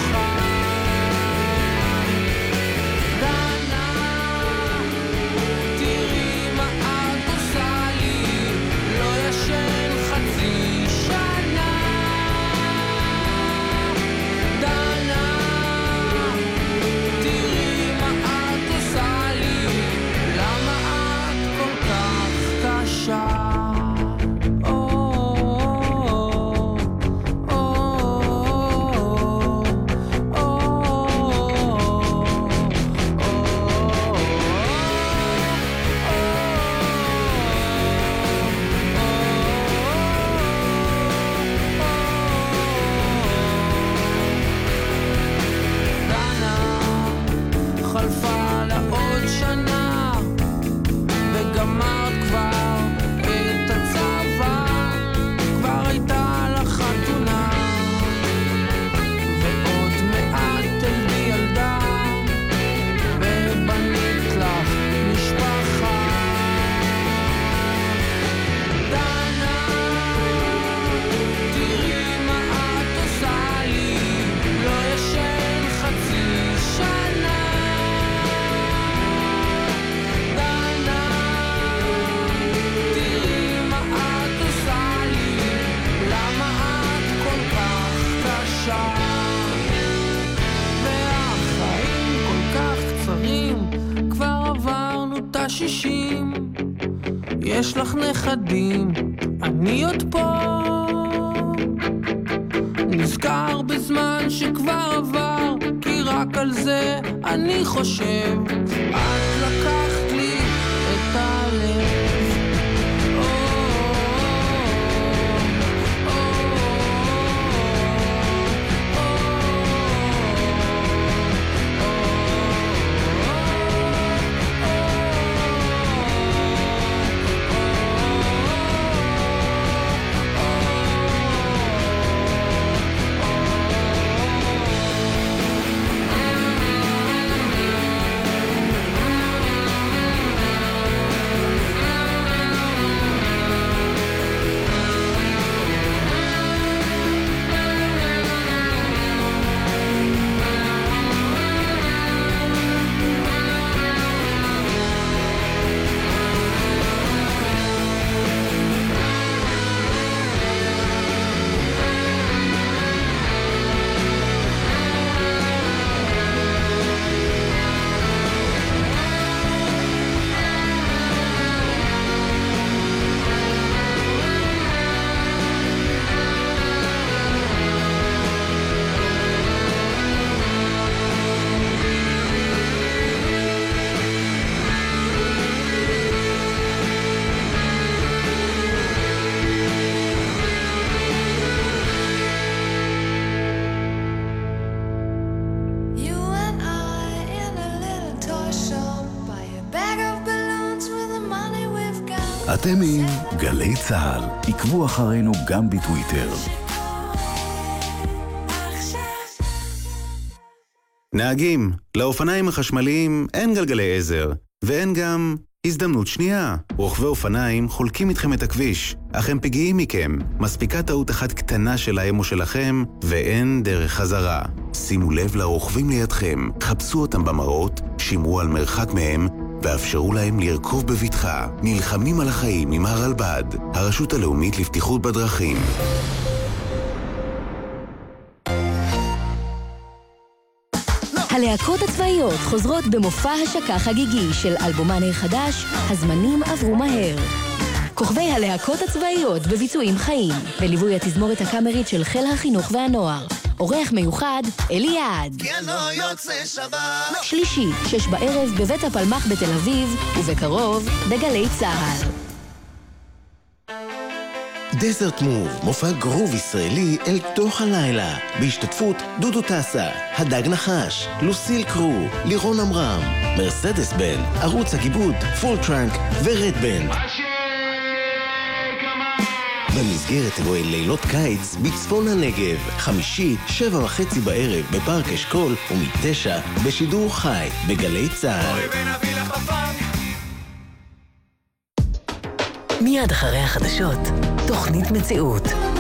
Speaker 6: אישה, והחיים כל כך קצרים, כבר עברנו את ה-60, יש לך נכדים, אני עוד פה, נזכר בזמן שכבר עבר, כי רק על זה אני חושב, את לקחת לי את הלב.
Speaker 8: אתם עם גלי צהל, עקבו אחרינו גם בטוויטר.
Speaker 9: נהגים, לאופניים החשמליים אין גלגלי עזר, ואין גם הזדמנות שנייה. רוכבי אופניים חולקים איתכם את הכביש, אך הם פגיעים מכם. מספיקה טעות אחת קטנה שלהם או שלכם, ואין דרך חזרה. שימו לב לרוכבים לידכם, חפשו אותם במראות, שמרו על מרחק מהם, ואפשרו להם לרכוב בבטחה. נלחמים על החיים עם הרלב"ד, הרשות הלאומית לבטיחות בדרכים.
Speaker 10: הלהקות הצבאיות חוזרות במופע השקה חגיגי של אלבומן החדש, הזמנים עברו מהר. כוכבי הלהקות הצבאיות בביצועים חיים, בליווי התזמורת הקאמרית של חיל החינוך והנוער. אורח מיוחד, אליעד. שלישי, 6 בערב בבית הפלמח בתל אביב, ובקרוב בגלי צהל.
Speaker 3: דזרט מוב, מופע גרוב ישראלי אל תוך הלילה, בהשתתפות דודו טסה, הדג נחש, לוסיל קרו, לירון אמרם, מרסדס בן, ערוץ הגיבוד, פול טרנק ורד בן. במסגרת אירועי לילות קיץ בצפון הנגב, חמישי, 7:30 בערב בפארק אשכול, ומ-9 בשידור חי בגלי צהל.
Speaker 2: מיד אחרי החדשות, תוכנית מציאות.